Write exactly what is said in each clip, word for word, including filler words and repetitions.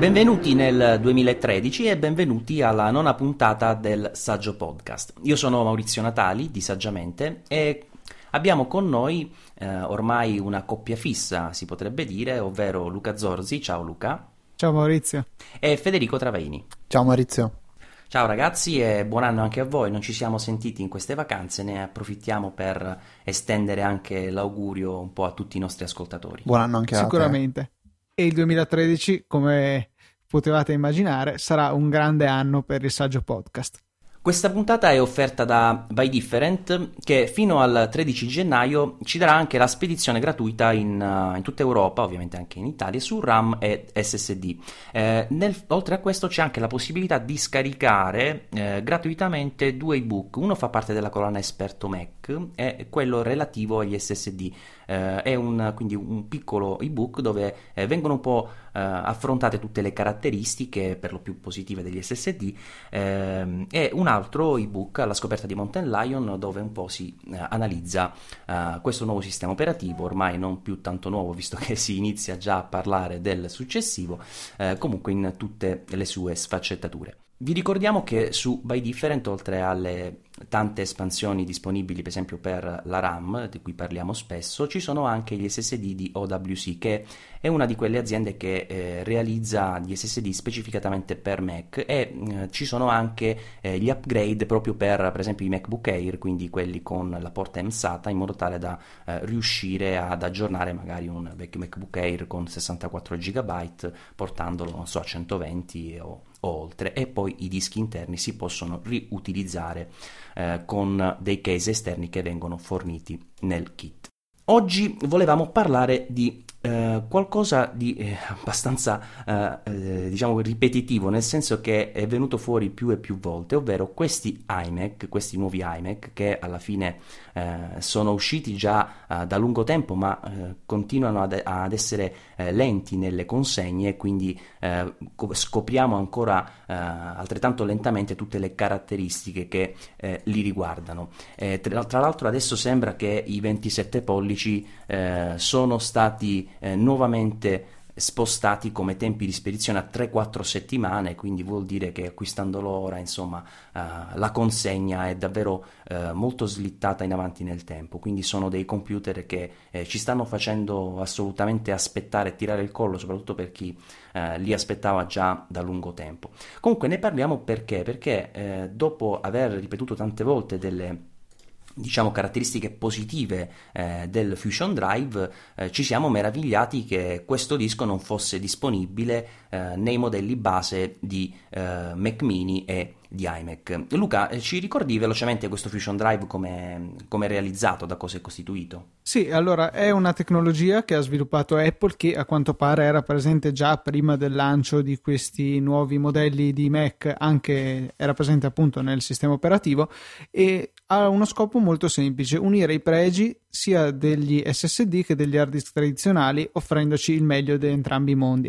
Benvenuti nel duemilatredici e benvenuti alla nona puntata del Saggio Podcast. Io sono Maurizio Natali di Saggiamente e abbiamo con noi eh, ormai una coppia fissa, si potrebbe dire, ovvero Luca Zorzi. Ciao Luca. Ciao Maurizio. E Federico Travaini. Ciao Maurizio. Ciao ragazzi e buon anno anche a voi. Non ci siamo sentiti in queste vacanze, ne approfittiamo per estendere anche l'augurio un po' a tutti i nostri ascoltatori. Buon anno anche a te. Sicuramente. E il duemilatredici, come potevate immaginare, sarà un grande anno per il Saggio Podcast. Questa puntata è offerta da By Different, che fino al tredici gennaio ci darà anche la spedizione gratuita in, uh, in tutta Europa, ovviamente anche in Italia, su RAM e S S D. Eh, nel, oltre a questo c'è anche la possibilità di scaricare eh, gratuitamente due ebook. Uno fa parte della collana Esperto Mac e quello relativo agli S S D. Eh, è un, quindi un piccolo ebook dove eh, vengono un po' eh, affrontate tutte le caratteristiche per lo più positive degli S S D eh, e un altro ebook alla scoperta di Mountain Lion dove un po' si eh, analizza eh, questo nuovo sistema operativo, ormai non più tanto nuovo visto che si inizia già a parlare del successivo, eh, comunque in tutte le sue sfaccettature. Vi ricordiamo che su By Different, oltre alle tante espansioni disponibili per esempio per la RAM, di cui parliamo spesso, ci sono anche gli S S D di O W C, che è una di quelle aziende che eh, realizza gli S S D specificatamente per Mac, e eh, ci sono anche eh, gli upgrade proprio per per esempio i MacBook Air, quindi quelli con la porta M SATA, in modo tale da eh, riuscire ad aggiornare magari un vecchio MacBook Air con sessantaquattro giga byte portandolo, non so, a centoventi o oltre, e poi i dischi interni si possono riutilizzare eh, con dei case esterni che vengono forniti nel kit. Oggi volevamo parlare di eh, qualcosa di eh, abbastanza eh, eh, diciamo ripetitivo, nel senso che è venuto fuori più e più volte, ovvero questi iMac, questi nuovi iMac che alla fine eh, sono usciti già eh, da lungo tempo, ma eh, continuano ad, ad essere eh, lenti nelle consegne, quindi eh, scopriamo ancora eh, altrettanto lentamente tutte le caratteristiche che eh, li riguardano. Eh, tra, tra l'altro adesso sembra che i ventisette pollici eh, sono stati eh, nuovamente spostati come tempi di spedizione a tre quattro settimane, quindi vuol dire che acquistandolo ora, insomma, uh, la consegna è davvero uh, molto slittata in avanti nel tempo, quindi sono dei computer che eh, ci stanno facendo assolutamente aspettare e tirare il collo, soprattutto per chi uh, li aspettava già da lungo tempo. Comunque ne parliamo perché? Perché eh, dopo aver ripetuto tante volte delle diciamo caratteristiche positive eh, del Fusion Drive, eh, ci siamo meravigliati che questo disco non fosse disponibile eh, nei modelli base di eh, Mac Mini e di iMac. Luca, eh, ci ricordi velocemente questo Fusion Drive come è realizzato, da cosa è costituito? Sì, allora è una tecnologia che ha sviluppato Apple, che a quanto pare era presente già prima del lancio di questi nuovi modelli di Mac, anche era presente appunto nel sistema operativo, e ha uno scopo molto semplice: unire i pregi sia degli S S D che degli hard disk tradizionali, offrendoci il meglio di entrambi i mondi.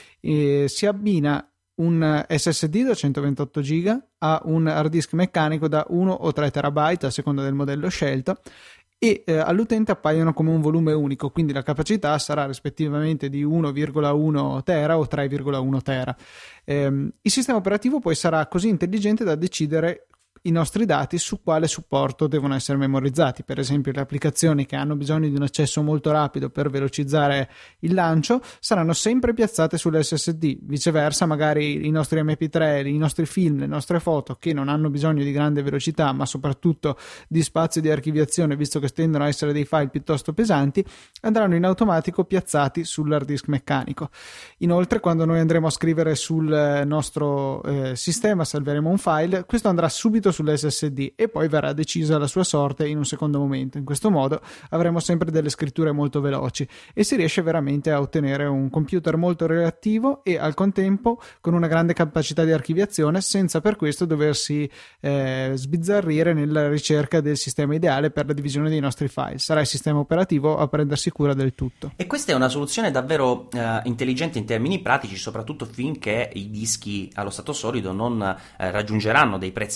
E si abbina un S S D da centoventotto giga a un hard disk meccanico da uno o tre terabyte a seconda del modello scelto, e eh, all'utente appaiono come un volume unico, quindi la capacità sarà rispettivamente di uno virgola uno tera o tre virgola uno tera. Ehm, il sistema operativo poi sarà così intelligente da decidere i nostri dati su quale supporto devono essere memorizzati. Per esempio, le applicazioni che hanno bisogno di un accesso molto rapido per velocizzare il lancio saranno sempre piazzate sull'S S D, viceversa magari i nostri M P tre, i nostri film, le nostre foto, che non hanno bisogno di grande velocità ma soprattutto di spazio di archiviazione, visto che tendono a essere dei file piuttosto pesanti, andranno in automatico piazzati sull'hard disk meccanico. Inoltre, quando noi andremo a scrivere sul nostro eh, sistema, salveremo un file, questo andrà subito sull'S S D e poi verrà decisa la sua sorte in un secondo momento. In questo modo avremo sempre delle scritture molto veloci e si riesce veramente a ottenere un computer molto reattivo e al contempo con una grande capacità di archiviazione, senza per questo doversi eh, sbizzarrire nella ricerca del sistema ideale per la divisione dei nostri file. Sarà il sistema operativo a prendersi cura del tutto. E questa è una soluzione davvero eh, intelligente in termini pratici, soprattutto finché i dischi allo stato solido non eh, raggiungeranno dei prezzi di vendita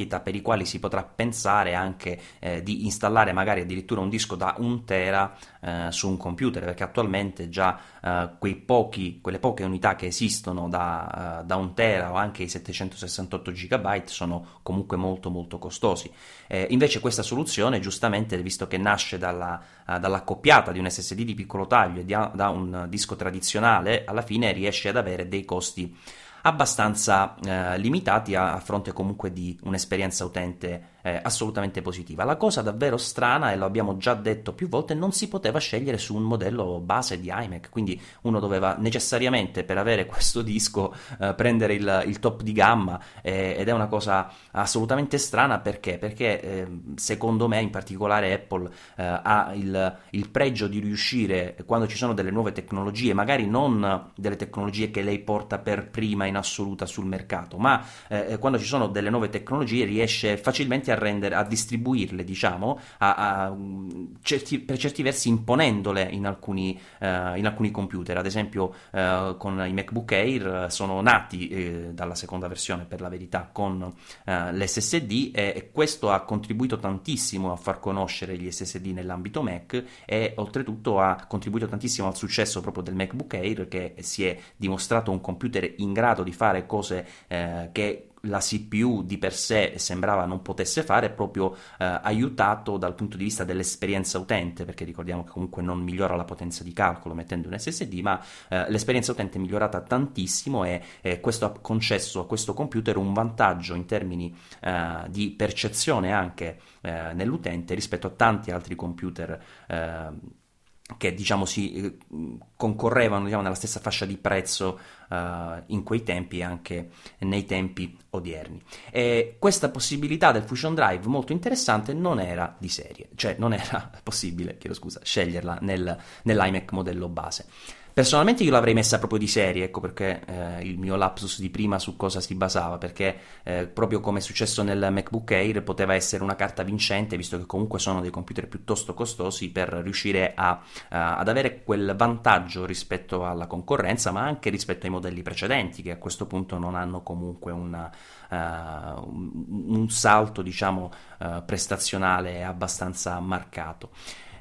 possibilità per i quali si potrà pensare anche eh, di installare magari addirittura un disco da un tera eh, su un computer, perché attualmente già eh, quei pochi, quelle poche unità che esistono da, uh, da un tera o anche i settecentosessantotto gigabyte sono comunque molto molto costosi. Eh, invece questa soluzione, giustamente, visto che nasce dalla, uh, dall'accoppiata di un S S D di piccolo taglio e di, da un disco tradizionale, alla fine riesce ad avere dei costi abbastanza eh, limitati a, a fronte comunque di un'esperienza utente eh, assolutamente positiva. La cosa davvero strana, e lo abbiamo già detto più volte, non si poteva scegliere su un modello base di iMac, quindi uno doveva necessariamente, per avere questo disco, eh, prendere il, il top di gamma, eh, ed è una cosa assolutamente strana. Perché? Perché eh, secondo me in particolare Apple eh, ha il, il pregio di riuscire, quando ci sono delle nuove tecnologie, magari non delle tecnologie che lei porta per prima in assoluta sul mercato, ma eh, quando ci sono delle nuove tecnologie riesce facilmente a rendere, a distribuirle, diciamo, a, a certi, per certi versi imponendole in alcuni, eh, in alcuni computer. Ad esempio eh, con i MacBook Air sono nati eh, dalla seconda versione, per la verità, con eh, l'S S D, e, e questo ha contribuito tantissimo a far conoscere gli S S D nell'ambito Mac, e oltretutto ha contribuito tantissimo al successo proprio del MacBook Air, che si è dimostrato un computer in grado di fare cose eh, che la C P U di per sé sembrava non potesse fare, proprio eh, aiutato dal punto di vista dell'esperienza utente, perché ricordiamo che comunque non migliora la potenza di calcolo mettendo un S S D, ma eh, l'esperienza utente è migliorata tantissimo, e eh, questo ha concesso a questo computer un vantaggio in termini eh, di percezione anche eh, nell'utente rispetto a tanti altri computer eh, che diciamo si concorrevano, diciamo, nella stessa fascia di prezzo uh, in quei tempi e anche nei tempi odierni. E questa possibilità del Fusion Drive, molto interessante, non era di serie, cioè non era possibile, chiedo scusa, sceglierla nel, nell'iMac modello base. Personalmente io l'avrei messa proprio di serie, ecco perché eh, il mio lapsus di prima su cosa si basava, perché eh, proprio come è successo nel MacBook Air poteva essere una carta vincente, visto che comunque sono dei computer piuttosto costosi, per riuscire a, a, ad avere quel vantaggio rispetto alla concorrenza, ma anche rispetto ai modelli precedenti, che a questo punto non hanno comunque una, uh, un, un salto, diciamo, uh, prestazionale abbastanza marcato.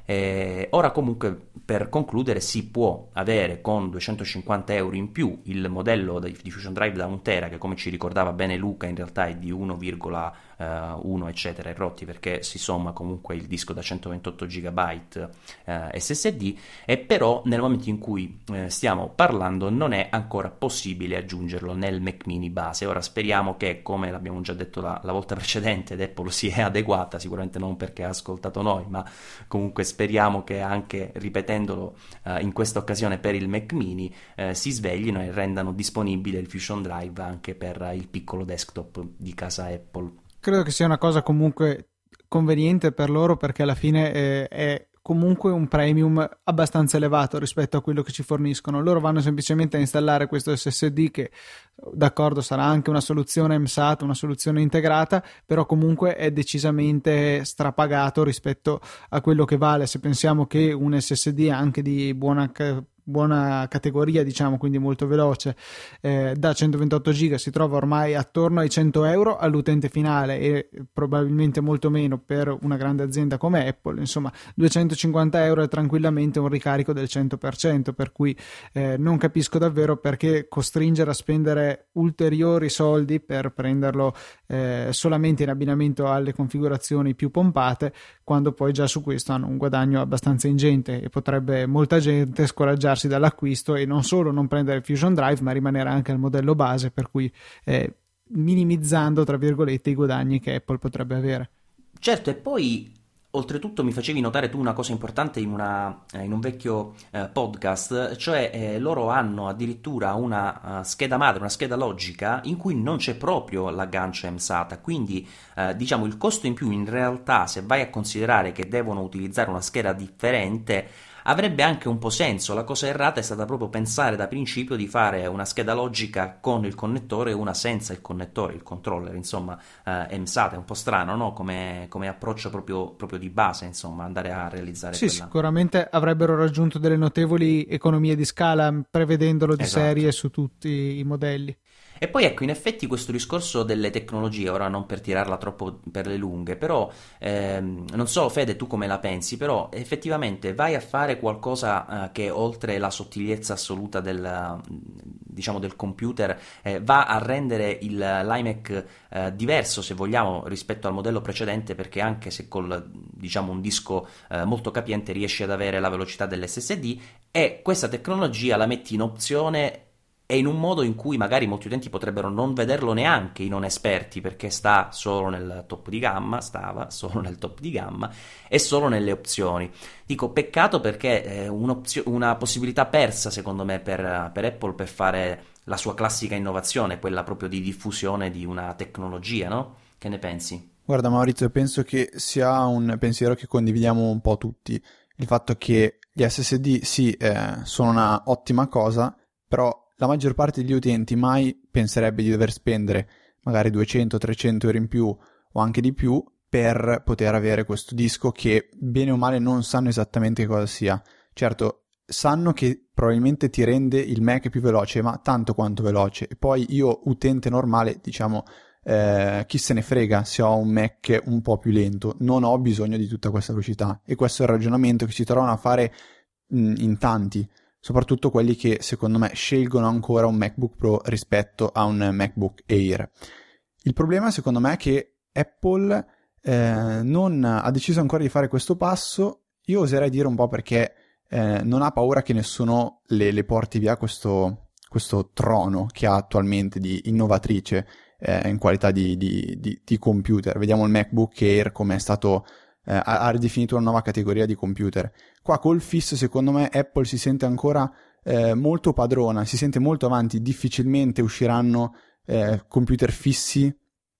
Eh, ora comunque, per concludere, si può avere con duecentocinquanta euro in più il modello di Fusion Drive da un tera, che come ci ricordava bene Luca in realtà è di uno virgola uno eccetera e rotti, perché si somma comunque il disco da centoventotto gigabyte eh, S S D, e però nel momento in cui eh, stiamo parlando non è ancora possibile aggiungerlo nel Mac Mini base. Ora speriamo che, come l'abbiamo già detto la, la volta precedente, ed Apple si è adeguata, sicuramente non perché ha ascoltato noi, ma comunque speriamo che anche ripetendolo eh, in questa occasione per il Mac Mini eh, si sveglino e rendano disponibile il Fusion Drive anche per il piccolo desktop di casa Apple. Credo che sia una cosa comunque conveniente per loro, perché alla fine eh, è comunque un premium abbastanza elevato rispetto a quello che ci forniscono. Loro vanno semplicemente a installare questo S S D che, d'accordo, sarà anche una soluzione M SATA, una soluzione integrata, però comunque è decisamente strapagato rispetto a quello che vale. Se pensiamo che un S S D anche di buona buona categoria, diciamo, quindi molto veloce, eh, da centoventotto giga si trova ormai attorno ai cento euro all'utente finale, e probabilmente molto meno per una grande azienda come Apple. Insomma, duecentocinquanta euro è tranquillamente un ricarico del cento per cento, per cui eh, non capisco davvero perché costringere a spendere ulteriori soldi per prenderlo eh, solamente in abbinamento alle configurazioni più pompate, quando poi già su questo hanno un guadagno abbastanza ingente, e potrebbe molta gente scoraggiarsi dall'acquisto e non solo non prendere il Fusion Drive, ma rimanere anche al modello base, per cui eh, minimizzando, tra virgolette, i guadagni che Apple potrebbe avere. Certo, e poi oltretutto mi facevi notare tu una cosa importante in, una, eh, in un vecchio eh, podcast, cioè eh, loro hanno addirittura una uh, scheda madre, una scheda logica in cui non c'è proprio l'aggancio M SATA, quindi eh, diciamo il costo in più in realtà, se vai a considerare che devono utilizzare una scheda differente, avrebbe anche un po' senso. La cosa errata è stata proprio pensare da principio di fare una scheda logica con il connettore e una senza il connettore, il controller, insomma eh, M SATA. È un po' strano, no? Come, come approccio proprio, proprio di base, insomma, andare a realizzare sì, quella. Sicuramente avrebbero raggiunto delle notevoli economie di scala prevedendolo di Esatto. serie su tutti i modelli. E poi ecco, in effetti questo discorso delle tecnologie, ora non per tirarla troppo per le lunghe, però ehm, non so Fede tu come la pensi, però effettivamente vai a fare qualcosa eh, che oltre la sottigliezza assoluta del, diciamo, del computer eh, va a rendere il, l'iMac eh, diverso se vogliamo rispetto al modello precedente, perché anche se col diciamo un disco eh, molto capiente riesci ad avere la velocità dell'S S D, e questa tecnologia la metti in opzione e in un modo in cui magari molti utenti potrebbero non vederlo neanche, i non esperti, perché sta solo nel top di gamma, stava solo nel top di gamma e solo nelle opzioni. Dico peccato perché è un'opzio- una possibilità persa secondo me per, per Apple per fare la sua classica innovazione, quella proprio di diffusione di una tecnologia, no? Che ne pensi? Guarda Maurizio, penso che sia un pensiero che condividiamo un po' tutti, il fatto che gli S S D sì, eh, sono una ottima cosa, però la maggior parte degli utenti mai penserebbe di dover spendere magari duecento trecento euro in più o anche di più per poter avere questo disco che bene o male non sanno esattamente cosa sia. Certo, sanno che probabilmente ti rende il Mac più veloce, ma tanto quanto veloce. E poi io, utente normale, diciamo, eh, chi se ne frega se ho un Mac un po' più lento, non ho bisogno di tutta questa velocità. E questo è il ragionamento che si trovano a fare mh, in tanti, soprattutto quelli che secondo me scelgono ancora un MacBook Pro rispetto a un MacBook Air. Il problema secondo me è che Apple eh, non ha deciso ancora di fare questo passo. Io oserei dire un po' perché eh, non ha paura che nessuno le, le porti via questo, questo trono che ha attualmente di innovatrice eh, in qualità di, di, di, di computer. Vediamo il MacBook Air come è stato eh, ha, ha ridefinito una nuova categoria di computer. Qua col fisso secondo me Apple si sente ancora eh, molto padrona, si sente molto avanti, difficilmente usciranno eh, computer fissi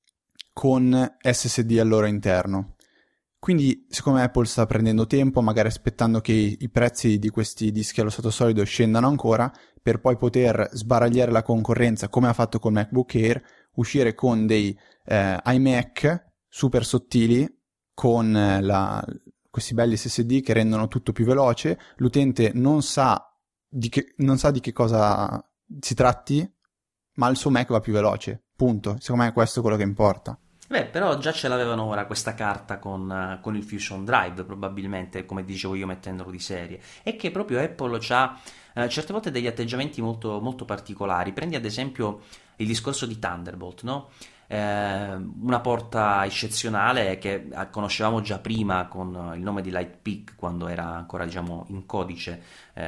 con S S D al loro interno. Quindi secondo me Apple sta prendendo tempo, magari aspettando che i, i prezzi di questi dischi allo stato solido scendano ancora, per poi poter sbaragliare la concorrenza come ha fatto col MacBook Air, uscire con dei eh, iMac super sottili con eh, la questi belli S S D che rendono tutto più veloce. L'utente non sa di che, non sa di che cosa si tratti, ma il suo Mac va più veloce, punto. Secondo me è questo quello che importa. Beh, però già ce l'avevano ora questa carta con, uh, con il Fusion Drive, probabilmente, come dicevo io, mettendolo di serie. E che proprio Apple ha uh, certe volte degli atteggiamenti molto, molto particolari. Prendi ad esempio il discorso di Thunderbolt, no? Eh, una porta eccezionale che conoscevamo già prima con il nome di Lightpeak, quando era ancora diciamo in codice,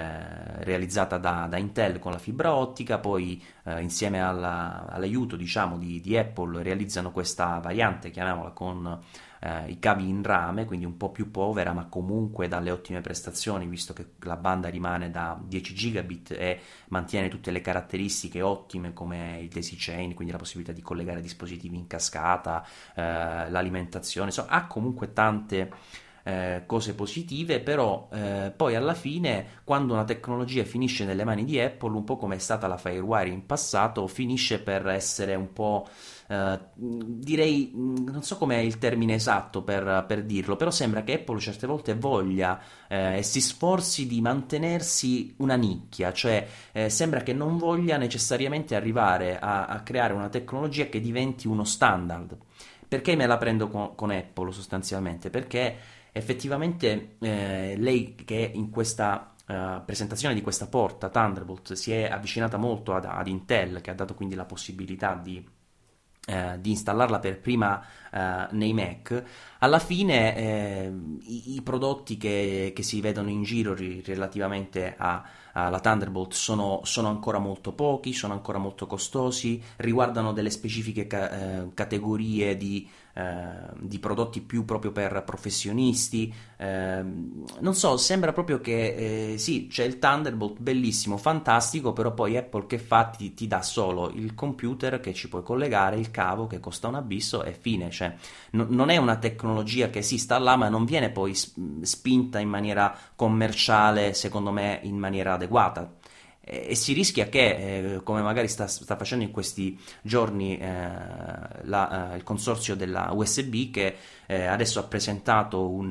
eh, realizzata da, da Intel con la fibra ottica. Poi eh, insieme alla, all'aiuto diciamo di, di Apple realizzano questa variante, chiamiamola, con eh, i cavi in rame, quindi un po' più povera ma comunque dalle ottime prestazioni, visto che la banda rimane da dieci gigabit e mantiene tutte le caratteristiche ottime come il daisy chain, quindi la possibilità di collegare dispositivi in cascata, eh, l'alimentazione, insomma ha comunque tante eh, cose positive. Però eh, poi alla fine, quando una tecnologia finisce nelle mani di Apple, un po' come è stata la FireWire in passato, finisce per essere un po' Uh, direi, non so com'è il termine esatto per, per dirlo, però sembra che Apple certe volte voglia eh, e si sforzi di mantenersi una nicchia, cioè eh, sembra che non voglia necessariamente arrivare a, a creare una tecnologia che diventi uno standard. Perché me la prendo con, con Apple sostanzialmente? Perché effettivamente eh, lei che in questa Uh, presentazione di questa porta Thunderbolt si è avvicinata molto ad, ad Intel, che ha dato quindi la possibilità di Eh, di installarla per prima eh, nei Mac. Alla fine eh, i, i prodotti che, che si vedono in giro ri, relativamente a, alla Thunderbolt sono, sono ancora molto pochi, sono ancora molto costosi, riguardano delle specifiche ca- eh, categorie di, eh, di prodotti più proprio per professionisti. Eh, non so, sembra proprio che eh, sì, c'è il Thunderbolt bellissimo, fantastico, però poi Apple che fa? Ti, ti dà solo il computer che ci puoi collegare, il cavo che costa un abisso e fine. Cioè n- non è una tecnologia che si sta là ma non viene poi sp- spinta in maniera commerciale, secondo me in maniera adeguata, e, e si rischia che eh, come magari sta, sta facendo in questi giorni eh, la, eh, il consorzio della U S B, che eh, adesso ha presentato una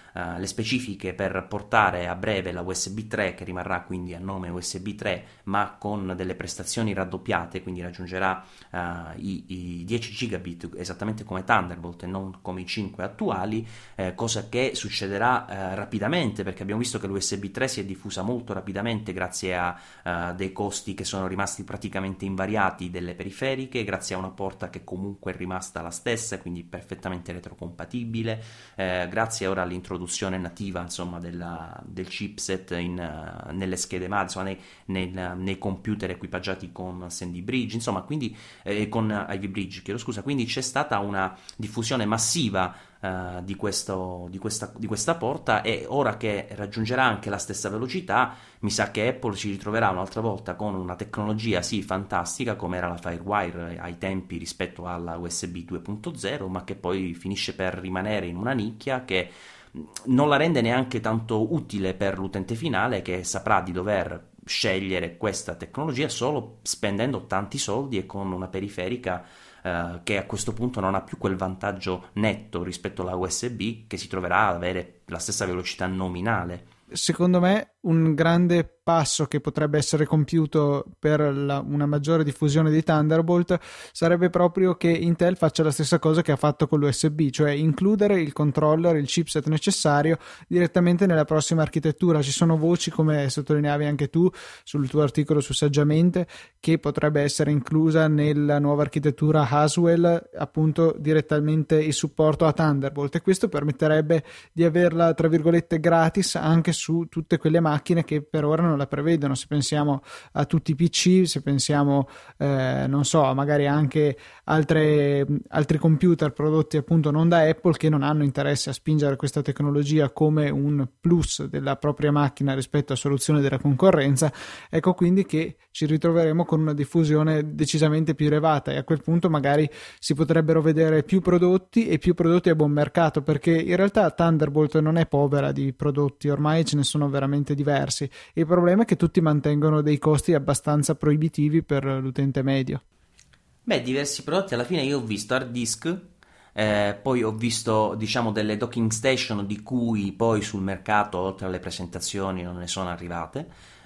uh, le specifiche per portare a breve la U S B tre, che rimarrà quindi a nome U S B tre ma con delle prestazioni raddoppiate, quindi raggiungerà uh, i, i dieci gigabit esattamente come Thunderbolt e non come i cinque attuali, eh, cosa che succederà uh, rapidamente, perché abbiamo visto che l'U S B tre si è diffusa molto rapidamente grazie a uh, dei costi che sono rimasti praticamente invariati delle periferiche, grazie a una porta che comunque è rimasta la stessa, quindi perfettamente retrocompatibile, eh, grazie ora all'introduzione nativa insomma della, del chipset in, uh, nelle schede madre, insomma nei, nei, nei computer equipaggiati con Sandy Bridge, insomma quindi eh, con Ivy Bridge, chiedo scusa, quindi c'è stata una diffusione massiva Uh, di, questo, di, questa, di questa porta, e ora che raggiungerà anche la stessa velocità mi sa che Apple ci ritroverà un'altra volta con una tecnologia sì fantastica come era la Firewire ai tempi rispetto alla U S B due punto zero, ma che poi finisce per rimanere in una nicchia che non la rende neanche tanto utile per l'utente finale, che saprà di dover scegliere questa tecnologia solo spendendo tanti soldi e con una periferica Uh, che a questo punto non ha più quel vantaggio netto rispetto alla U S B, che si troverà ad avere la stessa velocità nominale. Secondo me un grande passo che potrebbe essere compiuto per la, una maggiore diffusione di Thunderbolt sarebbe proprio che Intel faccia la stessa cosa che ha fatto con l'U S B, cioè includere il controller, il chipset necessario direttamente nella prossima architettura. Ci sono voci, come sottolineavi anche tu sul tuo articolo su Saggiamente, che potrebbe essere inclusa nella nuova architettura Haswell appunto direttamente il supporto a Thunderbolt, e questo permetterebbe di averla tra virgolette gratis anche su tutte quelle macchine che per ora non la prevedono. Se pensiamo a tutti i P C, se pensiamo eh, non so, magari anche altre, altri computer prodotti appunto non da Apple, che non hanno interesse a spingere questa tecnologia come un plus della propria macchina rispetto a soluzioni della concorrenza, ecco quindi che ci ritroveremo con una diffusione decisamente più elevata, e a quel punto magari si potrebbero vedere più prodotti e più prodotti a buon mercato, perché in realtà Thunderbolt non è povera di prodotti, ormai ce ne sono veramente diversi. Il problema è che tutti mantengono dei costi abbastanza proibitivi per l'utente medio. Beh, diversi prodotti, alla fine io ho visto hard disk, eh, poi ho visto diciamo delle docking station di cui poi sul mercato oltre alle presentazioni non ne sono arrivate,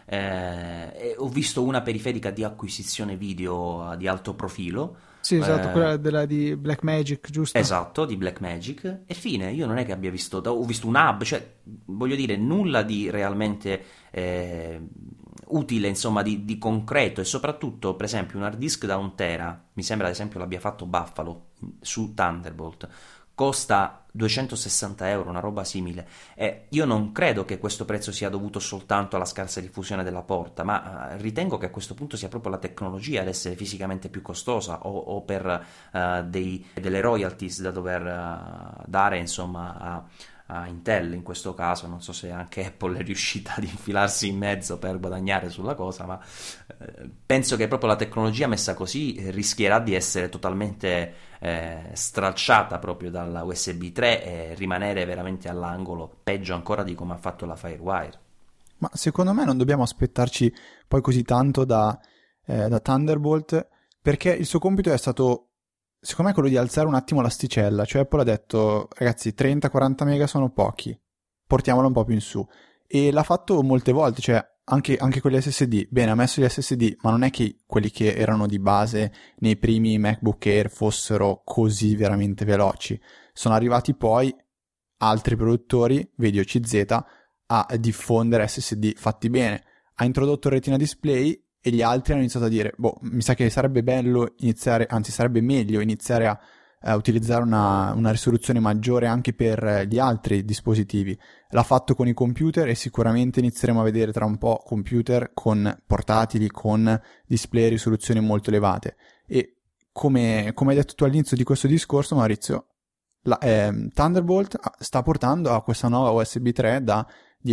eh, e ho visto una periferica di acquisizione video di alto profilo. Sì, esatto, eh, quella della di Blackmagic, giusto? Esatto, di Blackmagic, e fine, io non è che abbia visto, ho visto un hub, cioè voglio dire nulla di realmente eh, utile, insomma di, di concreto, e soprattutto per esempio un hard disk da un tera, mi sembra ad esempio l'abbia fatto Buffalo su Thunderbolt, costa duecentosessanta euro, una roba simile, e io non credo che questo prezzo sia dovuto soltanto alla scarsa diffusione della porta, ma uh, ritengo che a questo punto sia proprio la tecnologia ad essere fisicamente più costosa, o, o per uh, dei, delle royalties da dover uh, dare insomma a, a Intel in questo caso. Non so se anche Apple è riuscita ad infilarsi in mezzo per guadagnare sulla cosa, ma eh, penso che proprio la tecnologia messa così eh, rischierà di essere totalmente eh, stralciata proprio dalla U S B tre e rimanere veramente all'angolo, peggio ancora di come ha fatto la Firewire. Ma secondo me non dobbiamo aspettarci poi così tanto da, eh, da Thunderbolt, perché il suo compito è stato, secondo me, quello di alzare un attimo l'asticella. Cioè Apple ha detto, ragazzi, trenta quaranta mega sono pochi, portiamolo un po' più in su, e l'ha fatto molte volte, cioè anche, anche con gli S S D. Bene, ha messo gli S S D, ma non è che quelli che erano di base nei primi MacBook Air fossero così veramente veloci. Sono arrivati poi altri produttori, vedi O C Z, a diffondere S S D fatti bene. Ha introdotto il Retina Display e gli altri hanno iniziato a dire, boh, mi sa che sarebbe bello iniziare, anzi sarebbe meglio iniziare a, a utilizzare una, una risoluzione maggiore anche per gli altri dispositivi. L'ha fatto con i computer, e sicuramente inizieremo a vedere tra un po' computer con portatili, con display e risoluzioni molto elevate. E come, come hai detto tu all'inizio di questo discorso, Maurizio, la, eh, Thunderbolt sta portando a questa nuova U S B tre da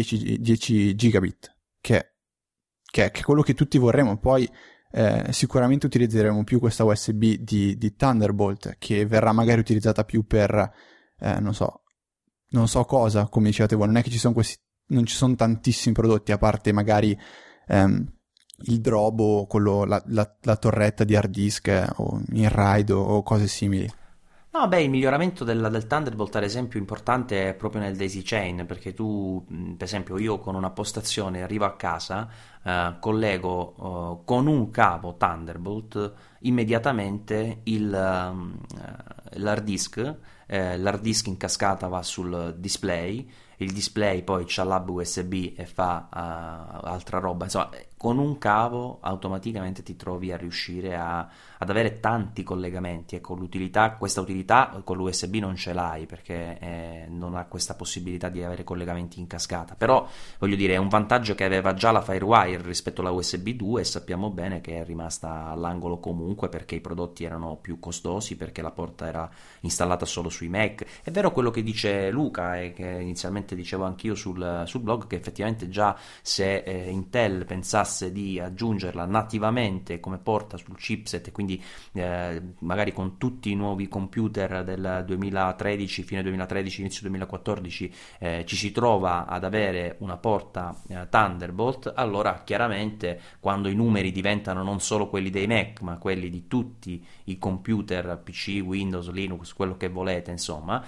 dieci gigabit, che, che, che è quello che tutti vorremmo. Poi eh, sicuramente utilizzeremo più questa U S B di, di Thunderbolt, che verrà magari utilizzata più per eh, non so non so cosa, come dicevate voi. Non è che ci sono questi, non ci sono tantissimi prodotti, a parte magari ehm, il Drobo, quello, la, la, la torretta di hard disk, eh, o in RAID o, o cose simili. No, beh, il miglioramento del, del Thunderbolt, ad esempio, importante è proprio nel daisy chain, perché tu, mh, per esempio, io con una postazione arrivo a casa, eh, collego eh, con un cavo Thunderbolt immediatamente il, ehm, eh, l'hard disk, eh, l'hard disk in cascata va sul display, il display poi c'ha l'hub U S B e fa uh, altra roba, insomma, con un cavo automaticamente ti trovi a riuscire a, ad avere tanti collegamenti. Ecco, l'utilità, questa utilità con l'U S B non ce l'hai, perché eh, non ha questa possibilità di avere collegamenti in cascata, però voglio dire, è un vantaggio che aveva già la Firewire rispetto alla U S B due, e sappiamo bene che è rimasta all'angolo comunque perché i prodotti erano più costosi, perché la porta era installata solo sui Mac. È vero quello che dice Luca, e che inizialmente dicevo anch'io sul, sul blog, che effettivamente già se eh, Intel pensasse di aggiungerla nativamente come porta sul chipset, e quindi eh, magari con tutti i nuovi computer del duemilatredici, fine duemilatredici, inizio duemilaquattordici, eh, ci si trova ad avere una porta eh, Thunderbolt, allora chiaramente quando i numeri diventano non solo quelli dei Mac ma quelli di tutti i computer, P C, Windows, Linux, quello che volete, insomma,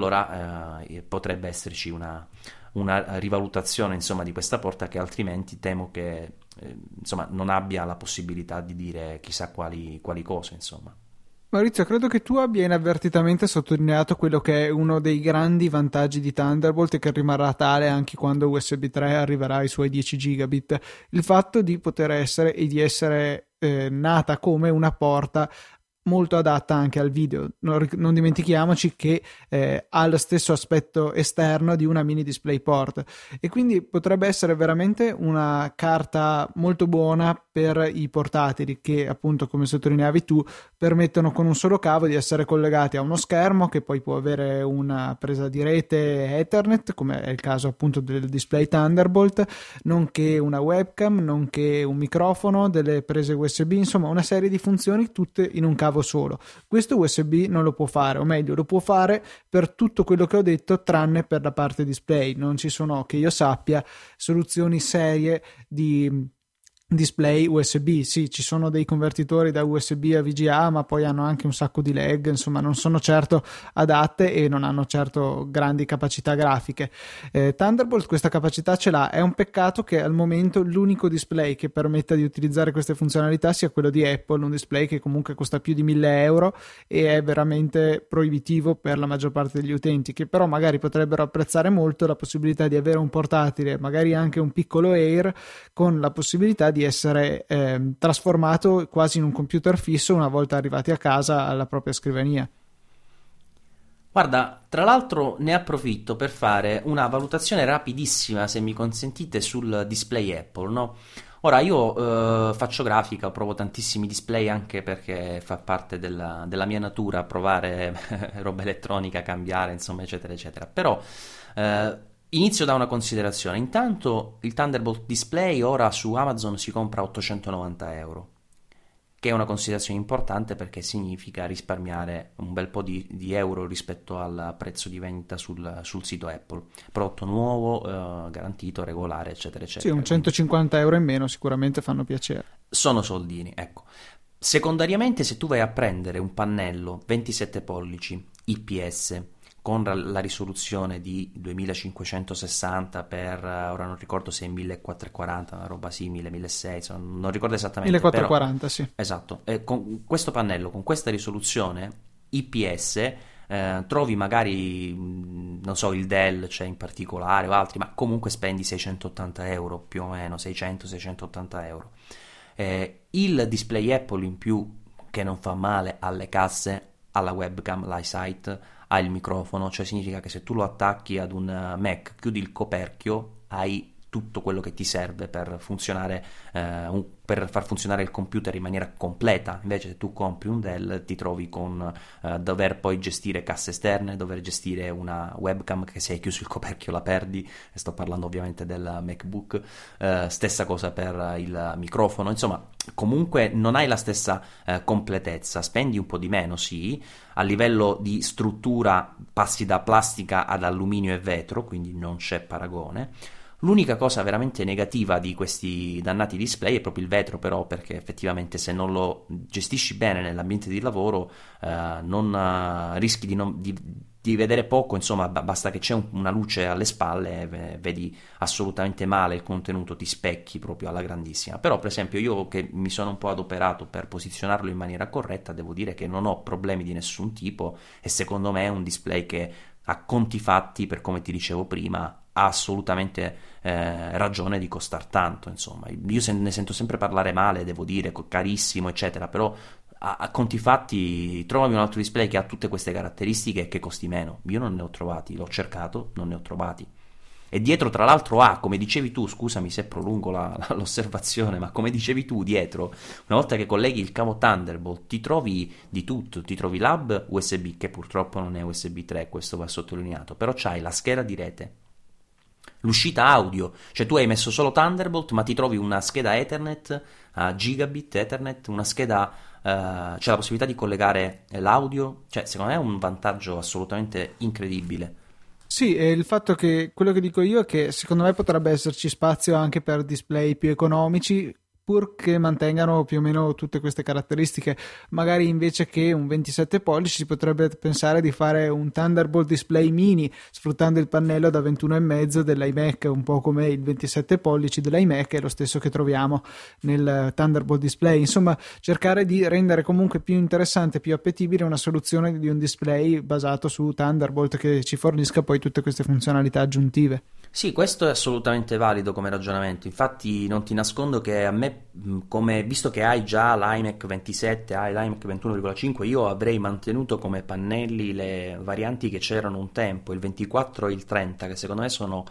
allora eh, potrebbe esserci una una rivalutazione, insomma, di questa porta, che altrimenti temo che eh, insomma non abbia la possibilità di dire chissà quali, quali cose, insomma. Maurizio, credo che tu abbia inavvertitamente sottolineato quello che è uno dei grandi vantaggi di Thunderbolt, e che rimarrà tale anche quando U S B tre arriverà ai suoi dieci gigabit, il fatto di poter essere e di essere eh, nata come una porta molto adatta anche al video. Non, non dimentichiamoci che eh, ha lo stesso aspetto esterno di una mini DisplayPort, e quindi potrebbe essere veramente una carta molto buona per i portatili, che appunto, come sottolineavi tu, permettono con un solo cavo di essere collegati a uno schermo che poi può avere una presa di rete Ethernet, come è il caso appunto del display Thunderbolt, nonché una webcam, nonché un microfono, delle prese U S B, insomma una serie di funzioni tutte in un cavo solo. Questo U S B non lo può fare, o meglio lo può fare per tutto quello che ho detto tranne per la parte display. Non ci sono, che io sappia, soluzioni serie di display U S B. Sì, ci sono dei convertitori da U S B a V G A, ma poi hanno anche un sacco di lag, insomma non sono certo adatte e non hanno certo grandi capacità grafiche. eh, Thunderbolt questa capacità ce l'ha. È un peccato che al momento l'unico display che permetta di utilizzare queste funzionalità sia quello di Apple, un display che comunque costa più di mille euro e è veramente proibitivo per la maggior parte degli utenti, che però magari potrebbero apprezzare molto la possibilità di avere un portatile, magari anche un piccolo Air, con la possibilità di essere eh, trasformato quasi in un computer fisso una volta arrivati a casa alla propria scrivania. Guarda, tra l'altro ne approfitto per fare una valutazione rapidissima, se mi consentite, sul display Apple, no? Ora, io eh, faccio grafica, provo tantissimi display, anche perché fa parte della, della mia natura provare roba elettronica, cambiare, insomma, eccetera, eccetera. Però eh, inizio da una considerazione. Intanto il Thunderbolt Display ora su Amazon si compra a ottocentonovanta euro, che è una considerazione importante perché significa risparmiare un bel po' di, di euro rispetto al prezzo di vendita sul, sul sito Apple. Prodotto nuovo, eh, garantito, regolare, eccetera, eccetera. Sì, un centocinquanta euro in meno sicuramente fanno piacere. Sono soldini, ecco. Secondariamente, se tu vai a prendere un pannello ventisette pollici I P S con la risoluzione di duemilacinquecentosessanta per, ora non ricordo se è millequattrocentoquaranta, una roba simile, milleseicento, non ricordo esattamente, millequattrocentoquaranta, però, sì. Esatto, e con questo pannello, con questa risoluzione I P S, eh, trovi magari, non so, il Dell, c'è in particolare, o altri, ma comunque spendi seicentottanta euro, più o meno, seicento seicentottanta euro. Eh, il display Apple in più, che non fa male alle casse, alla webcam, l'EyeSight, ha il microfono, cioè significa che se tu lo attacchi ad un Mac, chiudi il coperchio, hai tutto quello che ti serve per funzionare, eh, un, per far funzionare il computer in maniera completa. Invece se tu compri un Dell ti trovi con eh, dover poi gestire casse esterne, dover gestire una webcam che se hai chiuso il coperchio la perdi, e sto parlando ovviamente del MacBook, eh, stessa cosa per il microfono, insomma comunque non hai la stessa eh, completezza, spendi un po' di meno, sì, a livello di struttura passi da plastica ad alluminio e vetro, quindi non c'è paragone. L'unica cosa veramente negativa di questi dannati display è proprio il vetro, però, perché effettivamente se non lo gestisci bene nell'ambiente di lavoro eh, non eh, rischi di, non, di, di vedere poco, insomma basta che c'è un, una luce alle spalle e vedi assolutamente male il contenuto, ti specchi proprio alla grandissima. Però per esempio io che mi sono un po' adoperato per posizionarlo in maniera corretta, devo dire che non ho problemi di nessun tipo e secondo me è un display che a conti fatti, per come ti dicevo prima, ha assolutamente eh, ragione di costar tanto. Insomma, io se ne sento sempre parlare male, devo dire, carissimo eccetera, però a, a conti fatti trovami un altro display che ha tutte queste caratteristiche e che costi meno. Io non ne ho trovati, l'ho cercato, non ne ho trovati. E dietro tra l'altro ha, come dicevi tu, scusami se prolungo la, la, l'osservazione, ma come dicevi tu, dietro, una volta che colleghi il cavo Thunderbolt, ti trovi di tutto, ti trovi l'hub U S B, che purtroppo non è U S B tre, questo va sottolineato, però c'hai la scheda di rete, l'uscita audio, cioè tu hai messo solo Thunderbolt, ma ti trovi una scheda Ethernet, a gigabit Ethernet, una scheda, uh, c'è la possibilità di collegare l'audio, cioè secondo me è un vantaggio assolutamente incredibile. Sì, e il fatto che quello che dico io è che secondo me potrebbe esserci spazio anche per display più economici, pur che mantengano più o meno tutte queste caratteristiche. Magari invece che un ventisette pollici si potrebbe pensare di fare un Thunderbolt display mini sfruttando il pannello da ventuno virgola cinque dell'iMac, un po' come il ventisette pollici dell'iMac, è lo stesso che troviamo nel Thunderbolt display. Insomma, cercare di rendere comunque più interessante, più appetibile una soluzione di un display basato su Thunderbolt che ci fornisca poi tutte queste funzionalità aggiuntive. Sì, questo è assolutamente valido come ragionamento. Infatti non ti nascondo che a me, come visto che hai già l'iMac ventisette, hai l'iMac ventuno virgola cinque, io avrei mantenuto come pannelli le varianti che c'erano un tempo, il ventiquattro e il trenta, che secondo me sono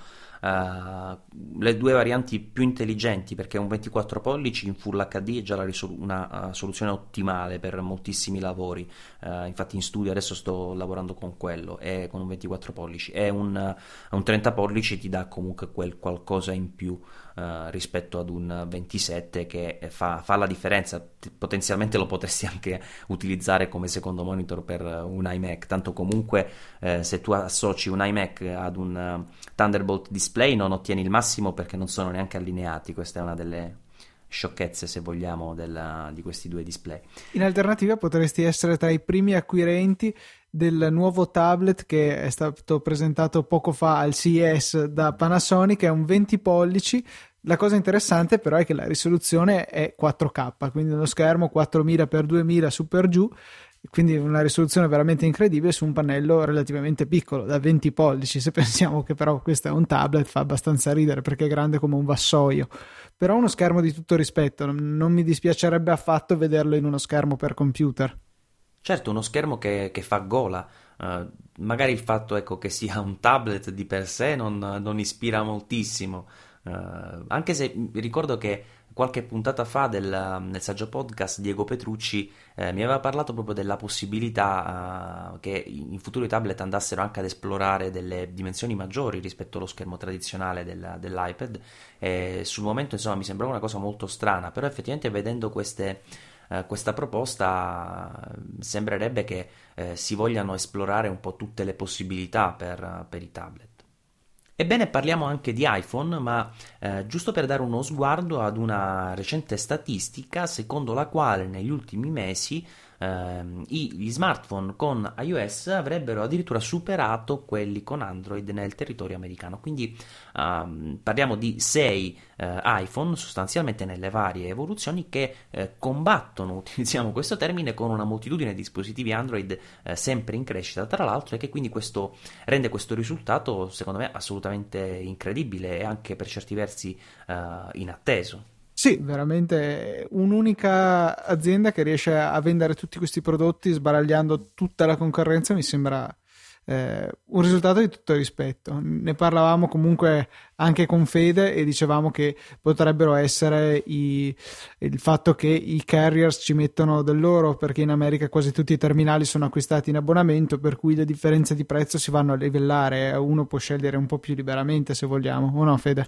uh, le due varianti più intelligenti, perché un ventiquattro pollici in Full H D è già la risol- una uh, soluzione ottimale per moltissimi lavori. Uh, infatti in studio adesso sto lavorando con quello, e con un ventiquattro pollici, e un, uh, un trenta pollici ti dà comunque quel qualcosa in più uh, rispetto ad un ventisette che fa, fa la differenza. Potenzialmente lo potresti anche utilizzare come secondo monitor per un iMac, tanto comunque eh, se tu associ un iMac ad un uh, Thunderbolt display non ottieni il massimo perché non sono neanche allineati. Questa è una delle sciocchezze, se vogliamo, della, di questi due display. In alternativa potresti essere tra i primi acquirenti del nuovo tablet che è stato presentato poco fa al C E S da Panasonic. È un venti pollici. La cosa interessante però è che la risoluzione è quattro K, quindi uno schermo quattromila per duemila su per giù, quindi una risoluzione veramente incredibile su un pannello relativamente piccolo, da venti pollici. Se pensiamo che però questo è un tablet, fa abbastanza ridere perché è grande come un vassoio, però uno schermo di tutto rispetto. Non mi dispiacerebbe affatto vederlo in uno schermo per computer. Certo, uno schermo che, che fa gola. Uh, magari il fatto, ecco, che sia un tablet di per sé non, non ispira moltissimo, uh, anche se ricordo che qualche puntata fa del, nel saggio podcast Diego Petrucci eh, mi aveva parlato proprio della possibilità uh, che in futuro i tablet andassero anche ad esplorare delle dimensioni maggiori rispetto allo schermo tradizionale del, dell'iPad, e sul momento insomma mi sembrava una cosa molto strana, però effettivamente vedendo queste Uh, questa proposta uh, sembrerebbe che uh, si vogliano esplorare un po' tutte le possibilità per, uh, per i tablet. Ebbene, parliamo anche di iPhone, ma uh, giusto per dare uno sguardo ad una recente statistica secondo la quale negli ultimi mesi uh, gli smartphone con iOS avrebbero addirittura superato quelli con Android nel territorio americano. Quindi uh, parliamo di sei uh, iPhone sostanzialmente nelle varie evoluzioni che uh, combattono, utilizziamo questo termine, con una moltitudine di dispositivi Android uh, sempre in crescita tra l'altro, e che quindi questo rende questo risultato secondo me assolutamente incredibile e anche per certi versi uh, inatteso. Sì, veramente un'unica azienda che riesce a vendere tutti questi prodotti sbaragliando tutta la concorrenza mi sembra eh, un risultato di tutto rispetto. Ne parlavamo comunque anche con Fede e dicevamo che potrebbero essere i, il fatto che i carriers ci mettono del loro, perché in America quasi tutti i terminali sono acquistati in abbonamento, per cui le differenze di prezzo si vanno a livellare, uno può scegliere un po' più liberamente se vogliamo, o no Fede?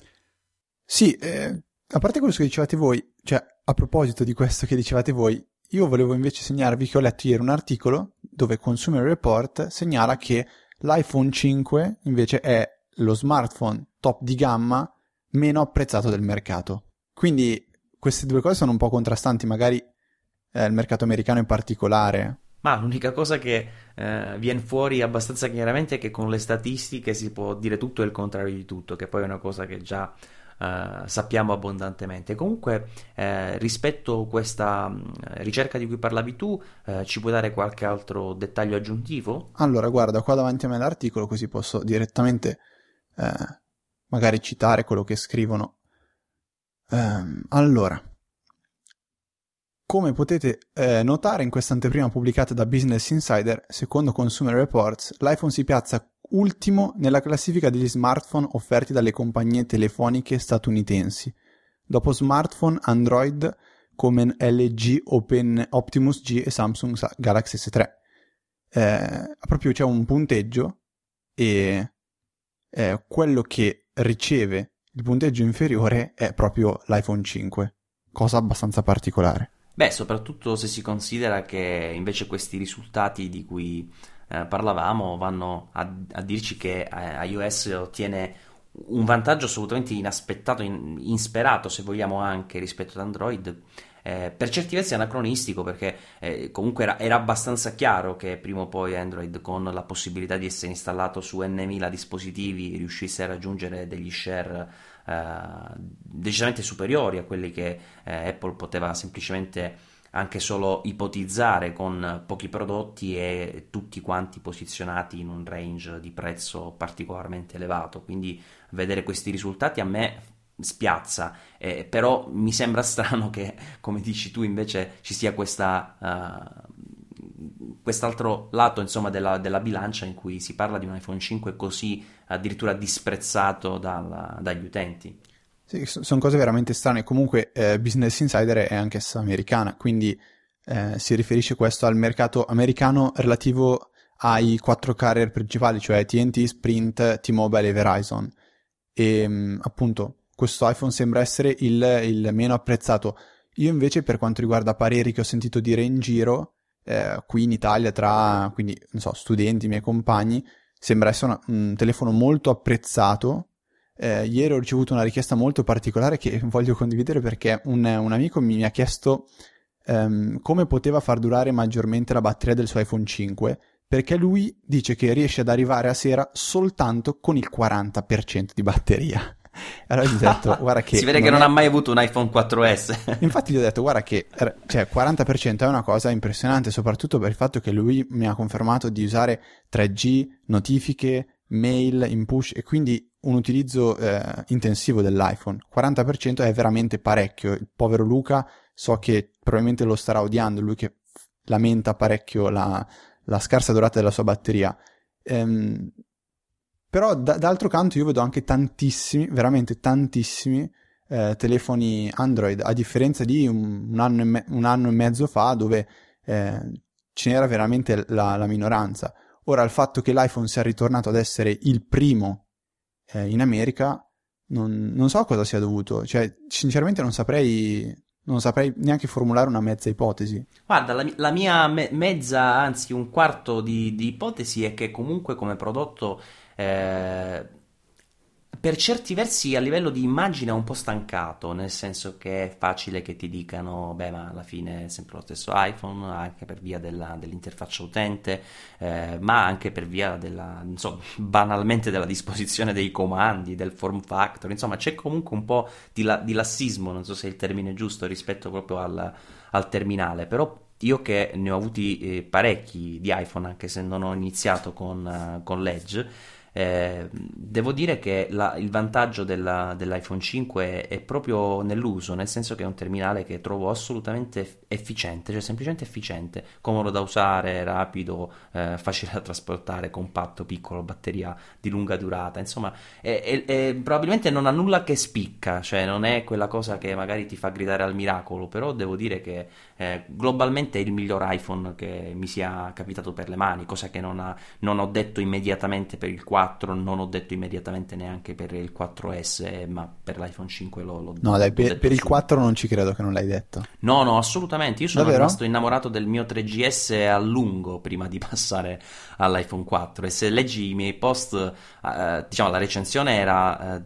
Sì, eh, a parte quello che dicevate voi, cioè a proposito di questo che dicevate voi, io volevo invece segnalarvi che ho letto ieri un articolo dove Consumer Report segnala che l'iPhone cinque invece è lo smartphone top di gamma meno apprezzato del mercato. Quindi queste due cose sono un po' contrastanti, magari eh, il mercato americano in particolare. Ma l'unica cosa che eh, viene fuori abbastanza chiaramente è che con le statistiche si può dire tutto e il contrario di tutto, che poi è una cosa che già eh, sappiamo abbondantemente. Comunque, eh, rispetto a questa mh, ricerca di cui parlavi tu, eh, ci puoi dare qualche altro dettaglio aggiuntivo? Allora, guarda, qua davanti a me l'articolo, così posso direttamente eh, magari citare quello che scrivono. Ehm, allora... Come potete eh, notare in questa anteprima pubblicata da Business Insider, secondo Consumer Reports, l'iPhone si piazza ultimo nella classifica degli smartphone offerti dalle compagnie telefoniche statunitensi, dopo smartphone Android come L G, Open, Optimus G e Samsung Galaxy S tre. Eh, proprio c'è un punteggio e eh, quello che riceve il punteggio inferiore è proprio l'iPhone cinque, cosa abbastanza particolare. Beh, soprattutto se si considera che invece questi risultati di cui eh, parlavamo vanno a, a dirci che eh, iOS ottiene un vantaggio assolutamente inaspettato, in, insperato se vogliamo anche rispetto ad Android, eh, per certi versi anacronistico, perché eh, comunque era, era abbastanza chiaro che prima o poi Android, con la possibilità di essere installato su n mila dispositivi, riuscisse a raggiungere degli share Uh, decisamente superiori a quelli che uh, Apple poteva semplicemente anche solo ipotizzare con pochi prodotti e tutti quanti posizionati in un range di prezzo particolarmente elevato. Quindi vedere questi risultati a me spiazza, eh, però mi sembra strano che, come dici tu, invece ci sia questa uh, quest'altro lato, insomma, della, della bilancia, in cui si parla di un iPhone cinque così addirittura disprezzato dalla, dagli utenti. Sì, sono cose veramente strane. Comunque eh, Business Insider è anch'essa americana, quindi eh, si riferisce questo al mercato americano relativo ai quattro carrier principali, cioè T N T, Sprint, T-Mobile e Verizon. E mh, appunto questo iPhone sembra essere il, il meno apprezzato. Io invece, per quanto riguarda pareri che ho sentito dire in giro, Eh, qui in Italia tra, quindi, non so, studenti, miei compagni, sembra essere una, un telefono molto apprezzato. Eh, ieri ho ricevuto una richiesta molto particolare che voglio condividere, perché un, un amico mi, mi ha chiesto um, come poteva far durare maggiormente la batteria del suo iPhone cinque, perché lui dice che riesce ad arrivare a sera soltanto con il quaranta per cento di batteria. Allora gli ho detto, guarda che si vede non che non è... ha mai avuto un iPhone quattro S. Infatti gli ho detto, guarda che cioè, quaranta per cento è una cosa impressionante, soprattutto per il fatto che lui mi ha confermato di usare tre G, notifiche, mail in push, e quindi un utilizzo eh, intensivo dell'iPhone. quaranta per cento è veramente parecchio. Il povero Luca, so che probabilmente lo starà odiando, lui che lamenta parecchio la, la scarsa durata della sua batteria. Ehm, Però d- d'altro canto io vedo anche tantissimi, veramente tantissimi eh, telefoni Android, a differenza di un, un, anno, e me- un anno e mezzo fa, dove eh, ce n'era veramente la, la minoranza. Ora, il fatto che l'iPhone sia ritornato ad essere il primo eh, in America, non, non so a cosa sia dovuto. Cioè, sinceramente non saprei, non saprei neanche formulare una mezza ipotesi. Guarda, la, la mia me- mezza, anzi un quarto di, di ipotesi è che comunque come prodotto... Eh, per certi versi a livello di immagine è un po' stancato, nel senso che è facile che ti dicano beh, ma alla fine è sempre lo stesso iPhone, anche per via della, dell'interfaccia utente, eh, ma anche per via della, insomma, banalmente della disposizione dei comandi, del form factor. Insomma, c'è comunque un po' di, la, di lassismo, non so se è il termine giusto, rispetto proprio al, al terminale. Però io, che ne ho avuti eh, parecchi di iPhone, anche se non ho iniziato con, uh, con l'Edge, Eh, devo dire che la, il vantaggio della, dell'iPhone cinque è, è proprio nell'uso, nel senso che è un terminale che trovo assolutamente efficiente, cioè semplicemente efficiente, comodo da usare, rapido, eh, facile da trasportare, compatto, piccolo, batteria di lunga durata, insomma è, è, è, probabilmente non ha nulla che spicca, cioè non è quella cosa che magari ti fa gridare al miracolo, però devo dire che eh, globalmente è il miglior iPhone che mi sia capitato per le mani, cosa che non, ha, non ho detto immediatamente per il quattro, non ho detto immediatamente neanche per il quattro S, ma per l'iPhone cinque l'ho, l'ho no dai, per, per il subito. quattro non ci credo che non l'hai detto. No, no, assolutamente, io sono Davvero? rimasto innamorato del mio tre G S a lungo prima di passare all'iPhone quattro, e se leggi i miei post, eh, diciamo la recensione era eh,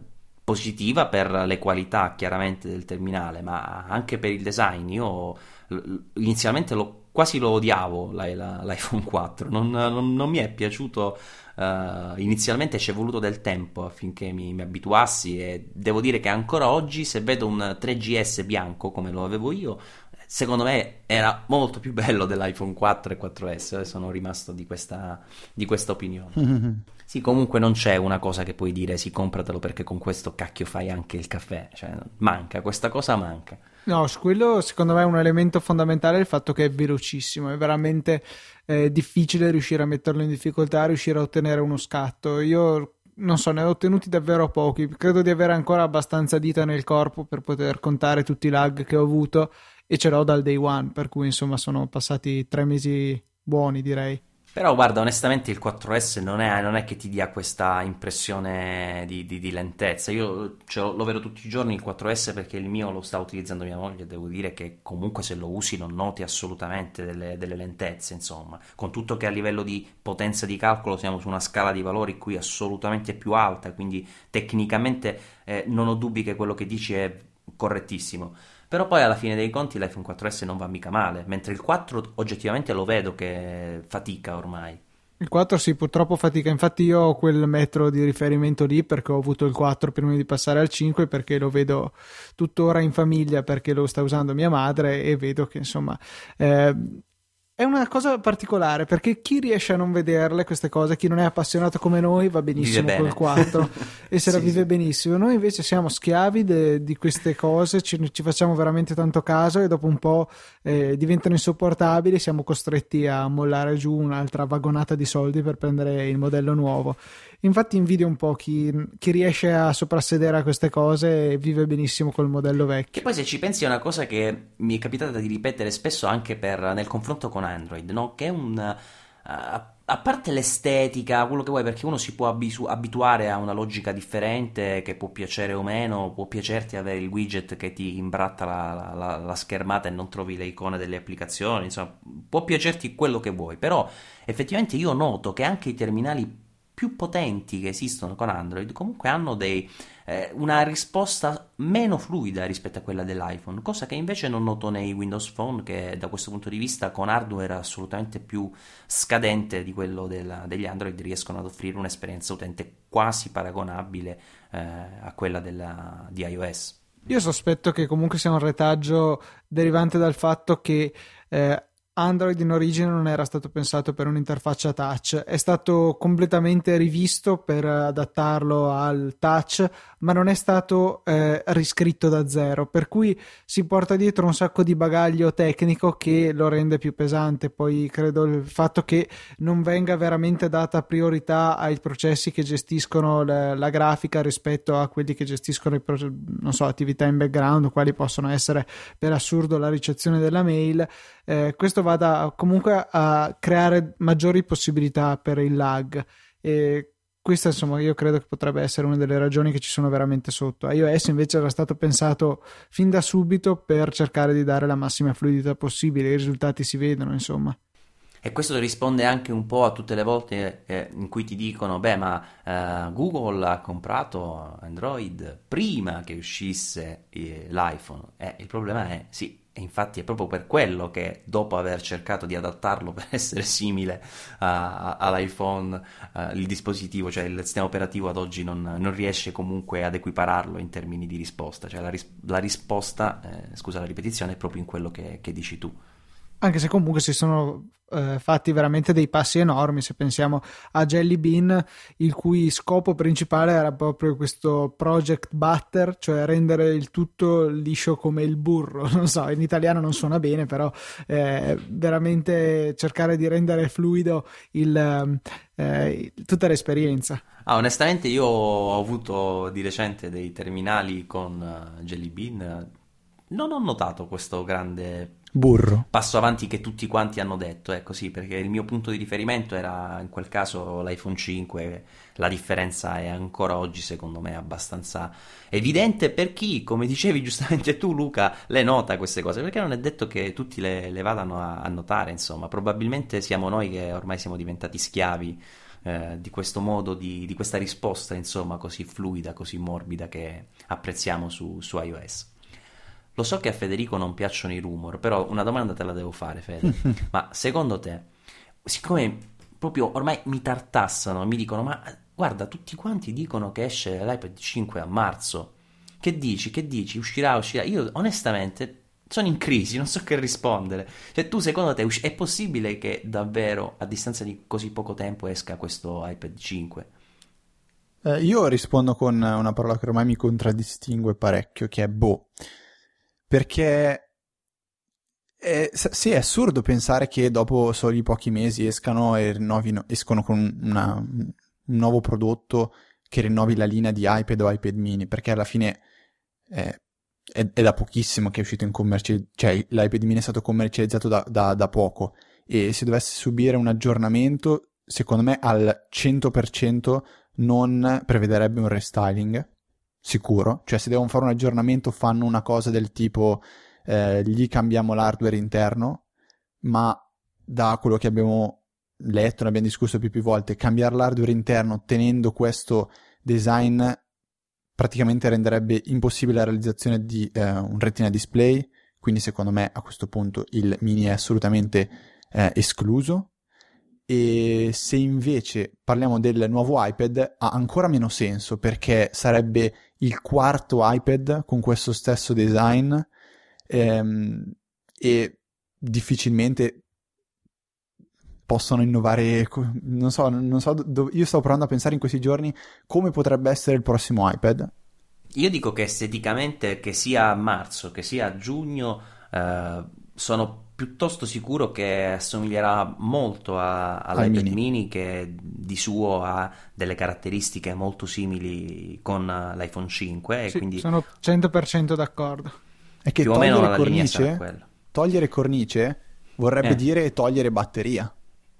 positiva per le qualità chiaramente del terminale, ma anche per il design. Io inizialmente lo, quasi lo odiavo la, la, l'iPhone quattro, non, non, non mi è piaciuto. Uh, inizialmente ci è voluto del tempo affinché mi, mi abituassi, e devo dire che ancora oggi, se vedo un tre G S bianco come lo avevo io, secondo me era molto più bello dell'iPhone quattro e quattro S. Sono rimasto di questa, di questa opinione. Mm-hmm. Sì, comunque non c'è una cosa che puoi dire sì, compratelo perché con questo cacchio fai anche il caffè, cioè manca, questa cosa manca. No, su quello secondo me è un elemento fondamentale il fatto che è velocissimo, è veramente eh, difficile riuscire a metterlo in difficoltà, riuscire a ottenere uno scatto. Io non so, ne ho ottenuti davvero pochi, credo di avere ancora abbastanza dita nel corpo per poter contare tutti i lag che ho avuto, e ce l'ho dal day one, per cui insomma sono passati tre mesi buoni, direi. Però guarda, onestamente il quattro S non è, non è che ti dia questa impressione di, di, di lentezza. Io ce lo, lo vedo tutti i giorni il quattro S, perché il mio lo sta utilizzando mia moglie. Devo dire che comunque se lo usi non noti assolutamente delle, delle lentezze, insomma. Con tutto che a livello di potenza di calcolo siamo su una scala di valori qui assolutamente più alta, quindi tecnicamente eh, non ho dubbi che quello che dici è correttissimo. Però poi alla fine dei conti l'iPhone quattro S non va mica male, mentre il quattro oggettivamente lo vedo che fatica ormai. Il quattro sì, purtroppo fatica, infatti io ho quel metro di riferimento lì perché ho avuto il quattro prima di passare al cinque, perché lo vedo tuttora in famiglia perché lo sta usando mia madre, e vedo che insomma eh, è una cosa particolare, perché chi riesce a non vederle queste cose, chi non è appassionato come noi, va benissimo col quattro e se sì, la vive sì. benissimo. Noi invece siamo schiavi de, di queste cose, ci, ci facciamo veramente tanto caso, e dopo un po' eh, diventano insopportabili, siamo costretti a mollare giù un'altra vagonata di soldi per prendere il modello nuovo. Infatti invidio un po' chi, chi riesce a soprassedere a queste cose e vive benissimo col modello vecchio. Che poi, se ci pensi, è una cosa che mi è capitata di ripetere spesso anche per, nel confronto con Android, no? Che è un... Uh, a parte l'estetica, quello che vuoi, perché uno si può abisu- abituare a una logica differente che può piacere o meno, può piacerti avere il widget che ti imbratta la, la, la schermata e non trovi le icone delle applicazioni, insomma, può piacerti quello che vuoi, però effettivamente io noto che anche i terminali più potenti che esistono con Android comunque hanno dei, eh, una risposta meno fluida rispetto a quella dell'iPhone, cosa che invece non noto nei Windows Phone, che da questo punto di vista con hardware assolutamente più scadente di quello della, degli Android riescono ad offrire un'esperienza utente quasi paragonabile eh, a quella della, di iOS. Io sospetto che comunque sia un retaggio derivante dal fatto che eh, Android in origine non era stato pensato per un'interfaccia touch, è stato completamente rivisto per adattarlo al touch, ma non è stato eh, riscritto da zero, per cui si porta dietro un sacco di bagaglio tecnico che lo rende più pesante. Poi credo il fatto che non venga veramente data priorità ai processi che gestiscono la, la grafica rispetto a quelli che gestiscono i pro- non so, attività in background, quali possono essere per assurdo la ricezione della mail. Eh, questo vada comunque a creare maggiori possibilità per il lag, e questa insomma io credo che potrebbe essere una delle ragioni che ci sono veramente sotto. iOS invece era stato pensato fin da subito per cercare di dare la massima fluidità possibile, i risultati si vedono insomma. E questo risponde anche un po' a tutte le volte eh, in cui ti dicono beh ma eh, Google ha comprato Android prima che uscisse eh, l'iPhone. Eh, il problema è sì, e infatti è proprio per quello che dopo aver cercato di adattarlo per essere simile a, a, all'iPhone, uh, il dispositivo, cioè il sistema operativo ad oggi non, non riesce comunque ad equipararlo in termini di risposta, cioè la, ris- la risposta, eh, scusa la ripetizione, è proprio in quello che, che dici tu. Anche se comunque si sono eh, fatti veramente dei passi enormi, se pensiamo a Jelly Bean, il cui scopo principale era proprio questo project butter, cioè rendere il tutto liscio come il burro, non so, in italiano non suona bene, però eh, veramente cercare di rendere fluido il, eh, tutta l'esperienza. Ah, onestamente io ho avuto di recente dei terminali con uh, Jelly Bean, non ho notato questo grande burro passo avanti che tutti quanti hanno detto, ecco sì, perché il mio punto di riferimento era in quel caso l'iPhone cinque. La differenza è ancora oggi secondo me abbastanza evidente per chi, come dicevi giustamente tu Luca, le nota queste cose, perché non è detto che tutti le, le vadano a, a notare, insomma probabilmente siamo noi che ormai siamo diventati schiavi eh, di questo modo, di, di questa risposta, insomma, così fluida, così morbida che apprezziamo su, su iOS. Lo so che a Federico non piacciono i rumor, però una domanda te la devo fare, Fede. Ma secondo te, siccome proprio ormai mi tartassano, mi dicono, ma guarda, tutti quanti dicono che esce l'iPad cinque a marzo, che dici, che dici, uscirà, uscirà? Io onestamente sono in crisi, non so che rispondere. Cioè, tu secondo te è possibile che davvero a distanza di così poco tempo esca questo iPad cinque? Eh, io rispondo con una parola che ormai mi contraddistingue parecchio, che è boh. Perché è, sì, è assurdo pensare che dopo soli pochi mesi escano e rinnovino, escono con una, un nuovo prodotto che rinnovi la linea di iPad o iPad mini, perché alla fine è, è, è da pochissimo che è uscito in commercializzazione, cioè l'iPad mini è stato commercializzato da, da, da poco, e se dovesse subire un aggiornamento, secondo me al cento per cento non prevederebbe un restyling sicuro. Cioè, se devono fare un aggiornamento fanno una cosa del tipo eh, gli cambiamo l'hardware interno, ma da quello che abbiamo letto, ne abbiamo discusso più più volte, cambiare l'hardware interno tenendo questo design praticamente renderebbe impossibile la realizzazione di eh, un retina display, quindi secondo me a questo punto il mini è assolutamente eh, escluso. E se invece parliamo del nuovo iPad ha ancora meno senso, perché sarebbe il quarto iPad con questo stesso design ehm, e difficilmente possono innovare, non so, non so dove, io sto provando a pensare in questi giorni come potrebbe essere il prossimo iPad. Io dico che esteticamente, che sia a marzo, che sia a giugno, eh, sono piuttosto sicuro che assomiglierà molto a, all'iPad mini. mini, che di suo ha delle caratteristiche molto simili con l'iPhone cinque, e sì, quindi sono cento per cento d'accordo. È che più o meno la cornice, linea sarà quella. Togliere cornice vorrebbe eh. dire togliere batteria.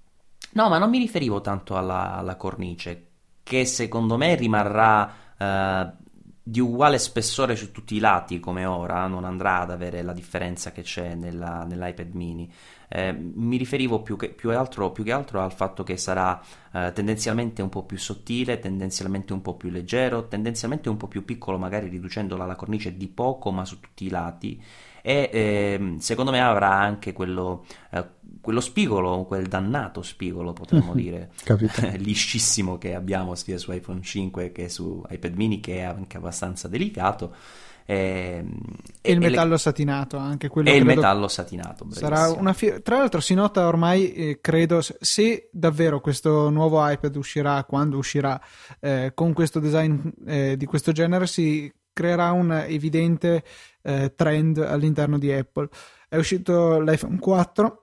No, ma non mi riferivo tanto alla, alla cornice, che secondo me rimarrà eh, di uguale spessore su tutti i lati come ora, non andrà ad avere la differenza che c'è nella, nell'iPad mini. Eh, mi riferivo più che, più, altro, più che altro al fatto che sarà eh, tendenzialmente un po' più sottile, tendenzialmente un po' più leggero, tendenzialmente un po' più piccolo, magari riducendola la cornice di poco, ma su tutti i lati. E eh, secondo me avrà anche quello, eh, quello spigolo, quel dannato spigolo, potremmo dire, liscissimo, che abbiamo sia su iPhone cinque che su iPad mini, che è anche abbastanza delicato. E, e il metallo le... satinato, anche quello. E il metallo satinato, sarà una fi... Tra l'altro si nota ormai, eh, credo, se davvero questo nuovo iPad uscirà, quando uscirà, eh, con questo design eh, di questo genere, si creerà un evidente eh, trend all'interno di Apple. È uscito l'iPhone quattro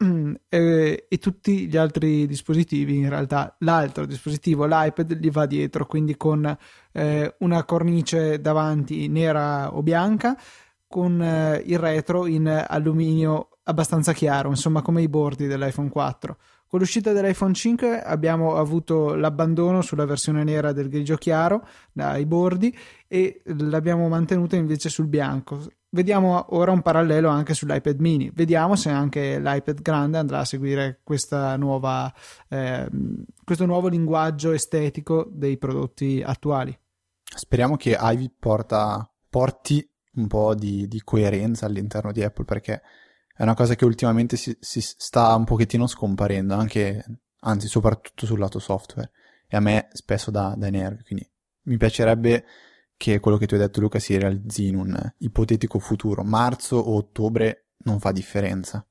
e, e tutti gli altri dispositivi, in realtà l'altro dispositivo, l'iPad, gli va dietro, quindi con eh, una cornice davanti nera o bianca, con eh, il retro in alluminio abbastanza chiaro, insomma come i bordi dell'iPhone quattro. Con l'uscita dell'iPhone cinque abbiamo avuto l'abbandono sulla versione nera del grigio chiaro dai bordi e l'abbiamo mantenuta invece sul bianco. Vediamo ora un parallelo anche sull'iPad mini, vediamo se anche l'iPad grande andrà a seguire questa nuova, eh, questo nuovo linguaggio estetico dei prodotti attuali. Speriamo che Ivy porta, porti un po' di, di coerenza all'interno di Apple, perché è una cosa che ultimamente si, si sta un pochettino scomparendo, anche, anzi soprattutto sul lato software, e a me spesso dà, dà nervi, quindi mi piacerebbe che quello che tu hai detto, Luca, si realizzi in un ipotetico futuro. Marzo o ottobre non fa differenza.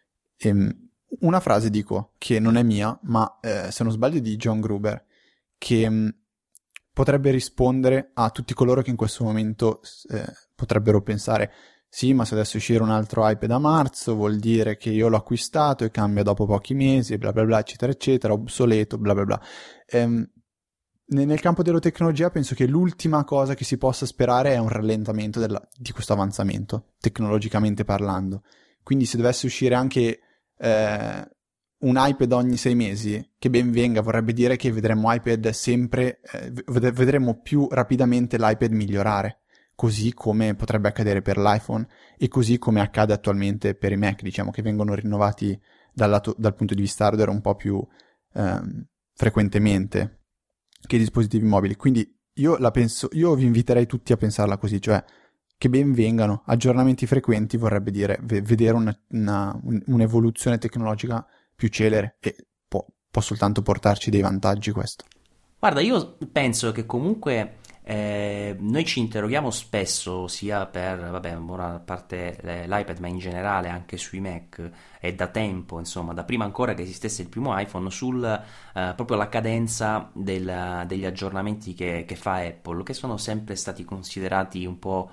E una frase dico che non è mia, ma eh, se non sbaglio di John Gruber, che mh, potrebbe rispondere a tutti coloro che in questo momento eh, potrebbero pensare: sì, ma se adesso uscire un altro iPad a marzo vuol dire che io l'ho acquistato e cambia dopo pochi mesi, bla bla bla, eccetera eccetera, obsoleto, bla bla bla. Ehm, nel campo della tecnologia penso che l'ultima cosa che si possa sperare è un rallentamento della, di questo avanzamento, tecnologicamente parlando. Quindi se dovesse uscire anche eh, un iPad ogni sei mesi, che ben venga, vorrebbe dire che vedremo iPad sempre, eh, vedremo più rapidamente l'iPad migliorare, così come potrebbe accadere per l'iPhone e così come accade attualmente per i Mac, diciamo che vengono rinnovati dal, lato, dal punto di vista hardware un po' più ehm, frequentemente che i dispositivi mobili. Quindi io la penso, io vi inviterei tutti a pensarla così, cioè che ben vengano aggiornamenti frequenti vorrebbe dire v- vedere una, una, un'evoluzione tecnologica più celere, e può, può soltanto portarci dei vantaggi questo. Guarda, io penso che comunque eh, noi ci interroghiamo spesso, sia per, vabbè, ora a parte eh, l'iPad, ma in generale anche sui Mac, e da tempo, insomma, da prima ancora che esistesse il primo iPhone, sul eh, proprio la cadenza del, degli aggiornamenti che, che fa Apple, che sono sempre stati considerati un po'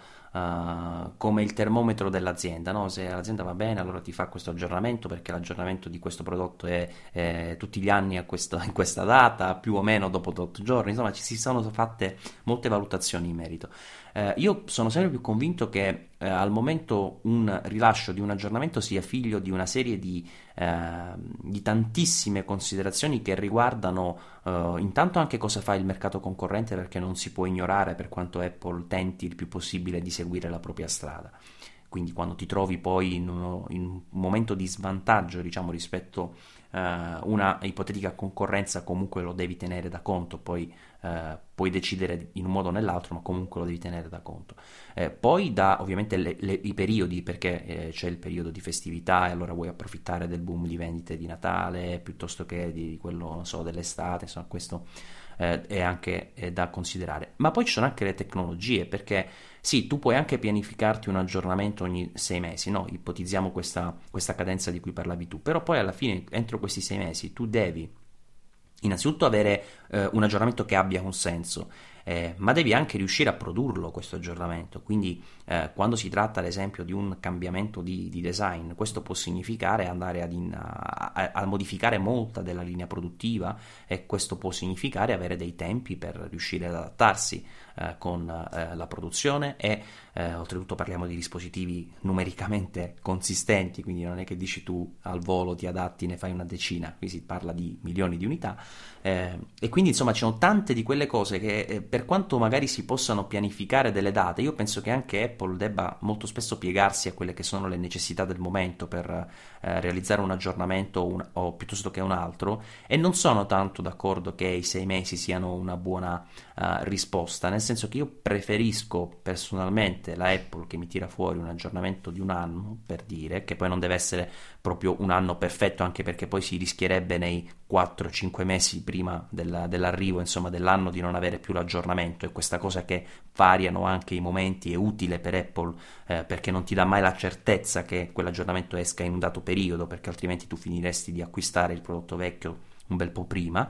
Uh, come il termometro dell'azienda, no? Se l'azienda va bene, allora ti fa questo aggiornamento, perché l'aggiornamento di questo prodotto è, è tutti gli anni a questo, in questa data, più o meno dopo otto giorni. Insomma, ci si sono fatte molte valutazioni in merito. Uh, io sono sempre più convinto che uh, al momento un rilascio di un aggiornamento sia figlio di una serie di, uh, di tantissime considerazioni che riguardano uh, intanto anche cosa fa il mercato concorrente, perché non si può ignorare, per quanto Apple tenti il più possibile di seguire la propria strada. Quindi quando ti trovi poi in, uno, in un momento di svantaggio, diciamo, rispetto a uh, una ipotetica concorrenza, comunque lo devi tenere da conto. Poi uh, puoi decidere in un modo o nell'altro, ma comunque lo devi tenere da conto. Eh, poi da ovviamente le, le, i periodi, perché eh, c'è il periodo di festività e allora vuoi approfittare del boom di vendite di Natale piuttosto che di quello, non so, dell'estate. Insomma, questo eh, è anche eh, da considerare. Ma poi ci sono anche le tecnologie, perché sì, tu puoi anche pianificarti un aggiornamento ogni sei mesi, no? Ipotizziamo questa, questa cadenza di cui parlavi tu, però poi alla fine, entro questi sei mesi, tu devi innanzitutto avere eh, un aggiornamento che abbia un senso, eh, ma devi anche riuscire a produrlo questo aggiornamento. Quindi eh, quando si tratta ad esempio di un cambiamento di, di design, questo può significare andare ad in, a, a, a modificare molta della linea produttiva, e questo può significare avere dei tempi per riuscire ad adattarsi eh, con eh, la produzione, e eh, oltretutto parliamo di dispositivi numericamente consistenti, quindi non è che dici tu al volo ti adatti, ne fai una decina, qui si parla di milioni di unità. Eh, e quindi insomma ci sono tante di quelle cose che eh, per quanto magari si possano pianificare delle date, io penso che anche Apple debba molto spesso piegarsi a quelle che sono le necessità del momento per eh, realizzare un aggiornamento un, o piuttosto che un altro, e non sono tanto d'accordo che i sei mesi siano una buona uh, risposta, nel senso che io preferisco personalmente la Apple che mi tira fuori un aggiornamento di un anno, per dire, che poi non deve essere proprio un anno perfetto, anche perché poi si rischierebbe nei quattro cinque mesi prima della, dell'arrivo, insomma, dell'anno, di non avere più l'aggiornamento. E questa cosa che variano anche i momenti è utile per Apple, eh, perché non ti dà mai la certezza che quell'aggiornamento esca in un dato periodo, perché altrimenti tu finiresti di acquistare il prodotto vecchio un bel po' prima.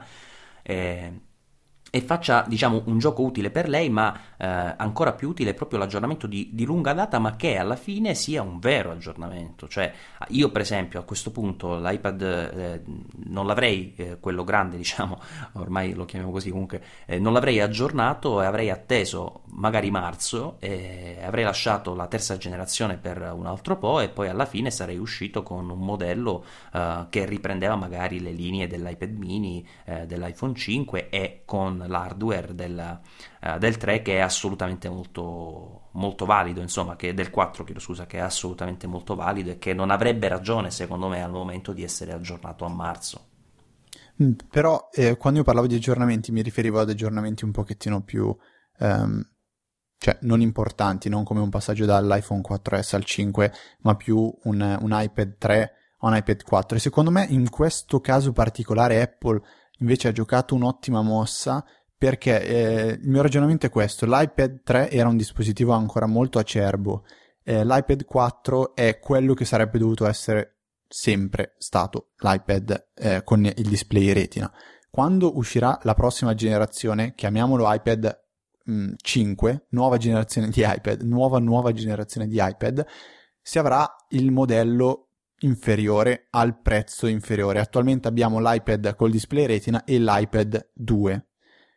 Eh, e faccia, diciamo, un gioco utile per lei, ma eh, ancora più utile è proprio l'aggiornamento di, di lunga data, ma che alla fine sia un vero aggiornamento. Cioè, io per esempio a questo punto l'iPad eh, non l'avrei, eh, quello grande, diciamo, ormai lo chiamiamo così, comunque eh, non l'avrei aggiornato, e avrei atteso magari marzo, e avrei lasciato la terza generazione per un altro po', e poi alla fine sarei uscito con un modello eh, che riprendeva magari le linee dell'iPad mini, eh, dell'iPhone cinque, e con l'hardware del, uh, del tre, che è assolutamente molto, molto valido, insomma, che del quattro, chiedo scusa, che è assolutamente molto valido, e che non avrebbe ragione secondo me al momento di essere aggiornato a marzo. Mm, però eh, quando io parlavo di aggiornamenti mi riferivo ad aggiornamenti un pochettino più um, cioè non importanti, non come un passaggio dall'iPhone quattro esse al cinque, ma più un, un iPad tre a un iPad quattro, e secondo me in questo caso particolare Apple invece ha giocato un'ottima mossa, perché eh, il mio ragionamento è questo: l'iPad tre era un dispositivo ancora molto acerbo, eh, l'iPad quattro è quello che sarebbe dovuto essere sempre stato l'iPad eh, con il display retina. Quando uscirà la prossima generazione, chiamiamolo iPad mh, cinque, nuova generazione di iPad, nuova nuova generazione di iPad, si avrà il modello inferiore al prezzo inferiore. Attualmente abbiamo l'iPad col display retina e l'iPad due.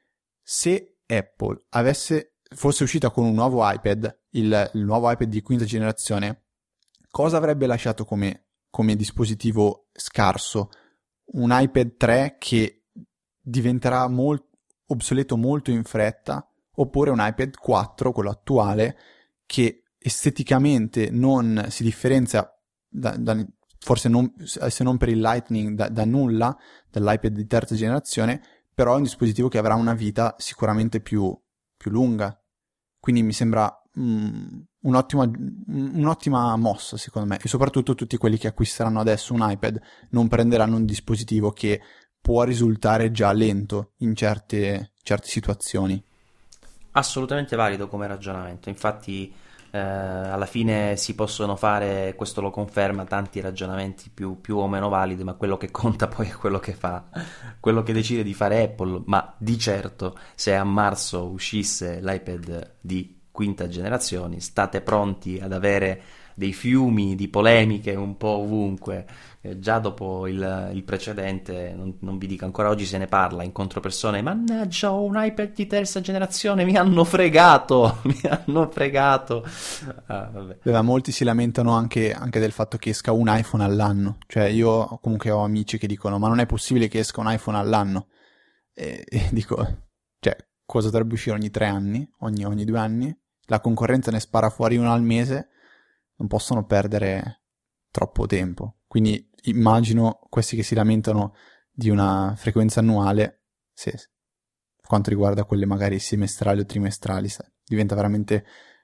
Se Apple avesse fosse uscita con un nuovo iPad, il, il nuovo iPad di quinta generazione, cosa avrebbe lasciato come, come dispositivo scarso? Un iPad tre che diventerà molt, obsoleto molto in fretta, oppure un iPad quattro, quello attuale, che esteticamente non si differenzia Da, da, forse non, se non per il Lightning da, da nulla, dell'iPad di terza generazione, però è un dispositivo che avrà una vita sicuramente più, più lunga. Quindi mi sembra mm, un'ottima, un'ottima mossa, secondo me, e soprattutto tutti quelli che acquisteranno adesso un iPad non prenderanno un dispositivo che può risultare già lento in certe, certe situazioni. Assolutamente valido come ragionamento, infatti eh, alla fine si possono fare, questo lo conferma, tanti ragionamenti più, più o meno validi, ma quello che conta poi è quello che fa, quello che decide di fare Apple. Ma di certo, se a marzo uscisse l'iPad di quinta generazione, state pronti ad avere dei fiumi di polemiche un po' ovunque. Eh, già dopo il, il precedente, non, non vi dico, ancora oggi se ne parla, incontro persone, mannaggia, ho un iPad di terza generazione, mi hanno fregato, mi hanno fregato. Ah, vabbè. Beh, molti si lamentano anche, anche del fatto che esca un iPhone all'anno, cioè io comunque ho amici che dicono ma non è possibile che esca un iPhone all'anno, e, e dico, cioè cosa dovrebbe uscire ogni tre anni, ogni, ogni due anni, la concorrenza ne spara fuori uno al mese, non possono perdere troppo tempo. Quindi immagino questi che si lamentano di una frequenza annuale, se per quanto riguarda quelle magari semestrali o trimestrali, diventa veramente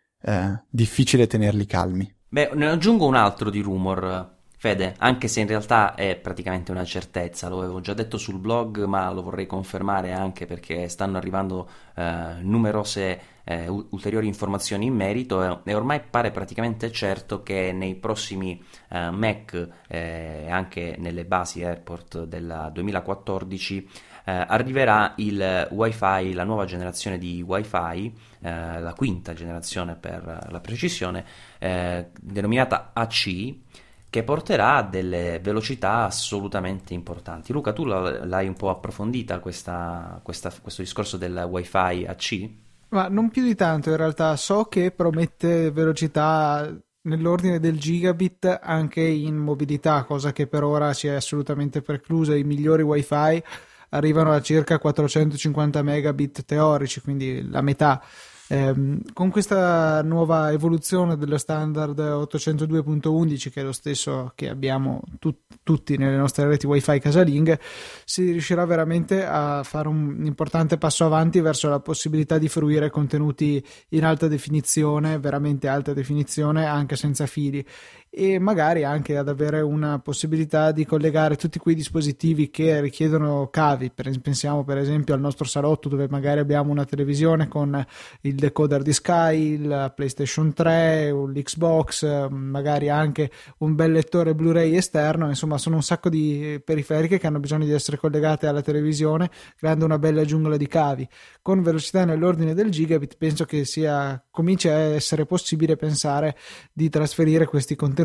eh, difficile tenerli calmi. Beh, ne aggiungo un altro di rumor, Fede, anche se in realtà è praticamente una certezza, lo avevo già detto sul blog, ma lo vorrei confermare anche perché stanno arrivando eh, numerose eh, ulteriori informazioni in merito, e ormai pare praticamente certo che nei prossimi eh, Mac e eh, anche nelle basi Airport del duemilaquattordici eh, arriverà il Wi-Fi, la nuova generazione di Wi-Fi, eh, la quinta generazione per la precisione, eh, denominata A C, che porterà a delle velocità assolutamente importanti. Luca, tu l'hai un po' approfondita questa, questa, questo discorso del Wi-Fi A C? Ma non più di tanto, in realtà so che promette velocità nell'ordine del gigabit anche in mobilità, cosa che per ora si è assolutamente preclusa. I migliori Wi-Fi arrivano a circa quattrocentocinquanta megabit teorici, quindi la metà. Eh, con questa nuova evoluzione dello standard ottocentodue punto undici, che è lo stesso che abbiamo tut- tutti nelle nostre reti wifi casalinghe, si riuscirà veramente a fare un importante passo avanti verso la possibilità di fruire contenuti in alta definizione, veramente alta definizione, anche senza fili, e magari anche ad avere una possibilità di collegare tutti quei dispositivi che richiedono cavi. Pensiamo per esempio al nostro salotto, dove magari abbiamo una televisione con il decoder di Sky, il PlayStation tre, l'Xbox, magari anche un bel lettore Blu-ray esterno. Insomma, sono un sacco di periferiche che hanno bisogno di essere collegate alla televisione, creando una bella giungla di cavi. Con velocità nell'ordine del gigabit penso che sia cominci a essere possibile pensare di trasferire questi contenuti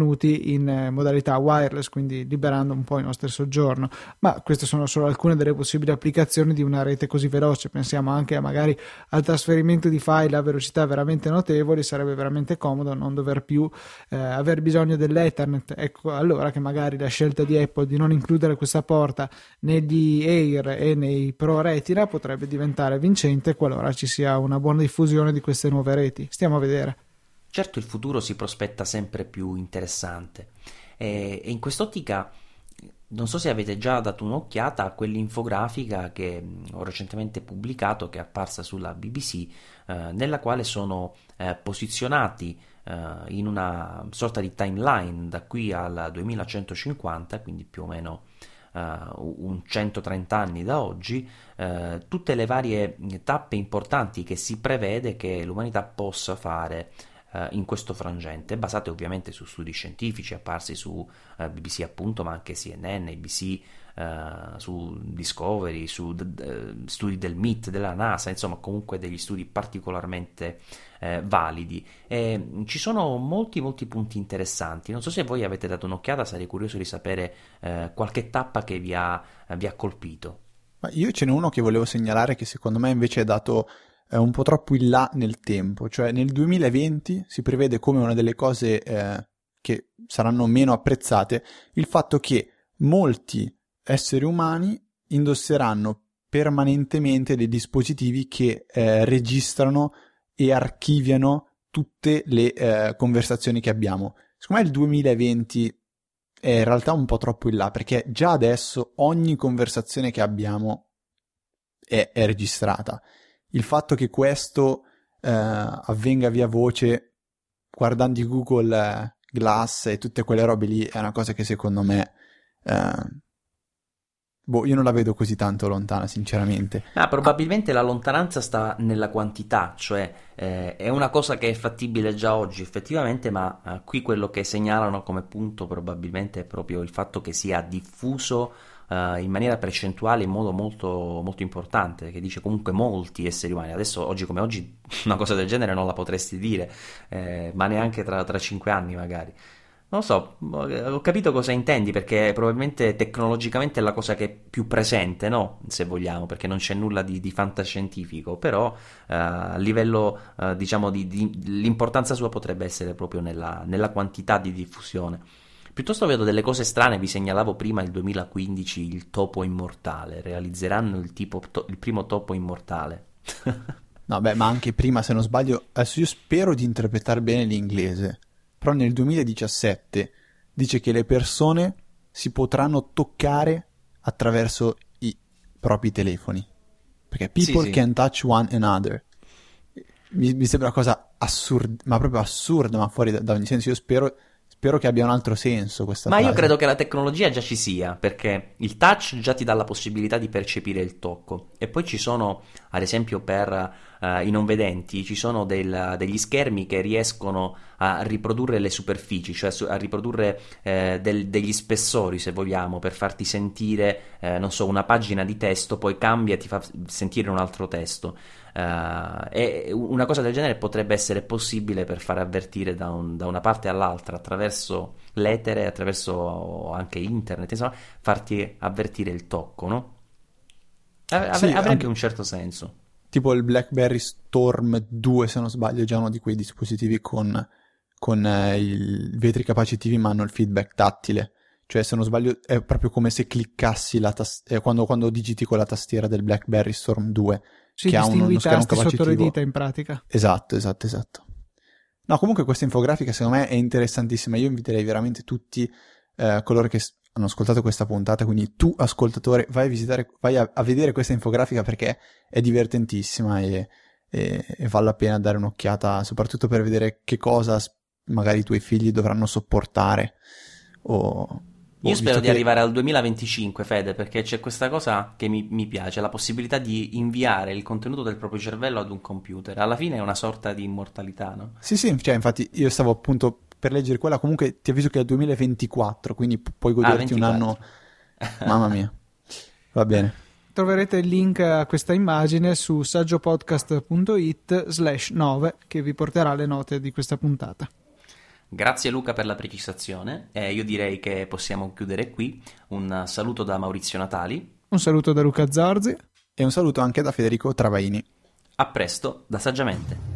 in modalità wireless, quindi liberando un po' il nostro soggiorno. Ma queste sono solo alcune delle possibili applicazioni di una rete così veloce. Pensiamo anche a magari al trasferimento di file a velocità veramente notevoli. Sarebbe veramente comodo non dover più eh, aver bisogno dell'Ethernet. Ecco allora che magari la scelta di Apple di non includere questa porta negli Air e nei Pro Retina potrebbe diventare vincente qualora ci sia una buona diffusione di queste nuove reti. Stiamo a vedere. Certo, il futuro si prospetta sempre più interessante, e, e in quest'ottica non so se avete già dato un'occhiata a quell'infografica che ho recentemente pubblicato, che è apparsa sulla B B C, eh, nella quale sono eh, posizionati eh, in una sorta di timeline da qui al duemilacentocinquanta, quindi più o meno Uh, un centotrenta anni da oggi, uh, tutte le varie tappe importanti che si prevede che l'umanità possa fare uh, in questo frangente, basate ovviamente su studi scientifici apparsi su uh, B B C appunto, ma anche C N N, A B C, uh, su Discovery, su uh, studi del M I T, della NASA, insomma comunque degli studi particolarmente Eh, validi, e ci sono molti molti punti interessanti. Non so se voi avete dato un'occhiata, sarei curioso di sapere eh, qualche tappa che vi ha, vi ha colpito. Ma io ce n'è uno che volevo segnalare, che secondo me invece è dato eh, un po' troppo in là nel tempo, cioè nel duemilaventi si prevede come una delle cose eh, che saranno meno apprezzate il fatto che molti esseri umani indosseranno permanentemente dei dispositivi che eh, registrano e archiviano tutte le eh, conversazioni che abbiamo. Secondo me il duemilaventi è in realtà un po' troppo in là, perché già adesso ogni conversazione che abbiamo è, è registrata. Il fatto che questo eh, avvenga via voce guardando i Google eh, Glass e tutte quelle robe lì è una cosa che secondo me eh, boh, io non la vedo così tanto lontana, sinceramente. Ah, probabilmente la lontananza sta nella quantità, cioè eh, è una cosa che è fattibile già oggi effettivamente, ma eh, qui quello che segnalano come punto probabilmente è proprio il fatto che sia diffuso eh, in maniera percentuale in modo molto, molto importante, che dice comunque molti esseri umani. Adesso, oggi come oggi, una cosa del genere non la potresti dire, eh, ma neanche tra, tra cinque anni magari. Non lo so, ho capito cosa intendi, perché probabilmente tecnologicamente è la cosa che è più presente, no? Se vogliamo, perché non c'è nulla di, di fantascientifico, però eh, a livello, eh, diciamo, di, di, l'importanza sua potrebbe essere proprio nella, nella quantità di diffusione. Piuttosto vedo delle cose strane, vi segnalavo prima il duemilaquindici, il topo immortale, realizzeranno il, tipo, to, il primo topo immortale. No, beh, ma anche prima, se non sbaglio, adesso io spero di interpretare bene l'inglese, però nel duemiladiciassette dice che le persone si potranno toccare attraverso i propri telefoni, perché people Sì, sì. can touch one another. Mi, mi sembra una cosa assurda, ma proprio assurda, ma fuori da, da ogni senso. Io spero, spero che abbia un altro senso questa Ma frase. io credo che la tecnologia già ci sia, perché il touch già ti dà la possibilità di percepire il tocco, e poi ci sono, ad esempio per uh, i non vedenti, ci sono del, degli schermi che riescono a riprodurre le superfici, cioè a riprodurre eh, del, degli spessori, se vogliamo, per farti sentire, eh, non so, una pagina di testo, poi cambia e ti fa sentire un altro testo. Uh, e una cosa del genere potrebbe essere possibile per far avvertire da, un, da una parte all'altra, attraverso l'etere, attraverso anche internet, insomma, farti avvertire il tocco, no? Ave- Sì, avrebbe anche- un certo senso. Tipo il BlackBerry Storm due, se non sbaglio, è già uno di quei dispositivi con, con eh, i vetri capacitivi ma hanno il feedback tattile. Cioè, se non sbaglio, è proprio come se cliccassi la tas- eh, quando, quando digiti con la tastiera del BlackBerry Storm due. Si che ha uno, distingui uno i schermo tasti sotto le capacitivo. dita in pratica. Esatto, esatto, esatto. No, comunque questa infografica secondo me è interessantissima. Io inviterei veramente tutti eh, coloro che s- hanno ascoltato questa puntata, quindi tu ascoltatore, vai a visitare, vai a, a vedere questa infografica perché è divertentissima e, e, e vale la pena dare un'occhiata, soprattutto per vedere che cosa s- magari i tuoi figli dovranno sopportare. O, Io o spero visto di che- arrivare al duemilaventicinque, Fede, perché c'è questa cosa che mi, mi piace, la possibilità di inviare il contenuto del proprio cervello ad un computer. Alla fine è una sorta di immortalità, no? Sì, sì, cioè infatti io stavo appunto per leggere quella, comunque ti avviso che è il duemilaventiquattro, quindi pu- puoi Ah, goderti un anno. ventiquattro. Mamma mia, va bene. Troverete il link a questa immagine su saggiopodcast.it slash nove che vi porterà le note di questa puntata. Grazie Luca per la precisazione, e io direi che possiamo chiudere qui. Un saluto da Maurizio Natali, Un saluto da Luca Zorzi. E un saluto anche da Federico Travaini. a presto da Saggiamente.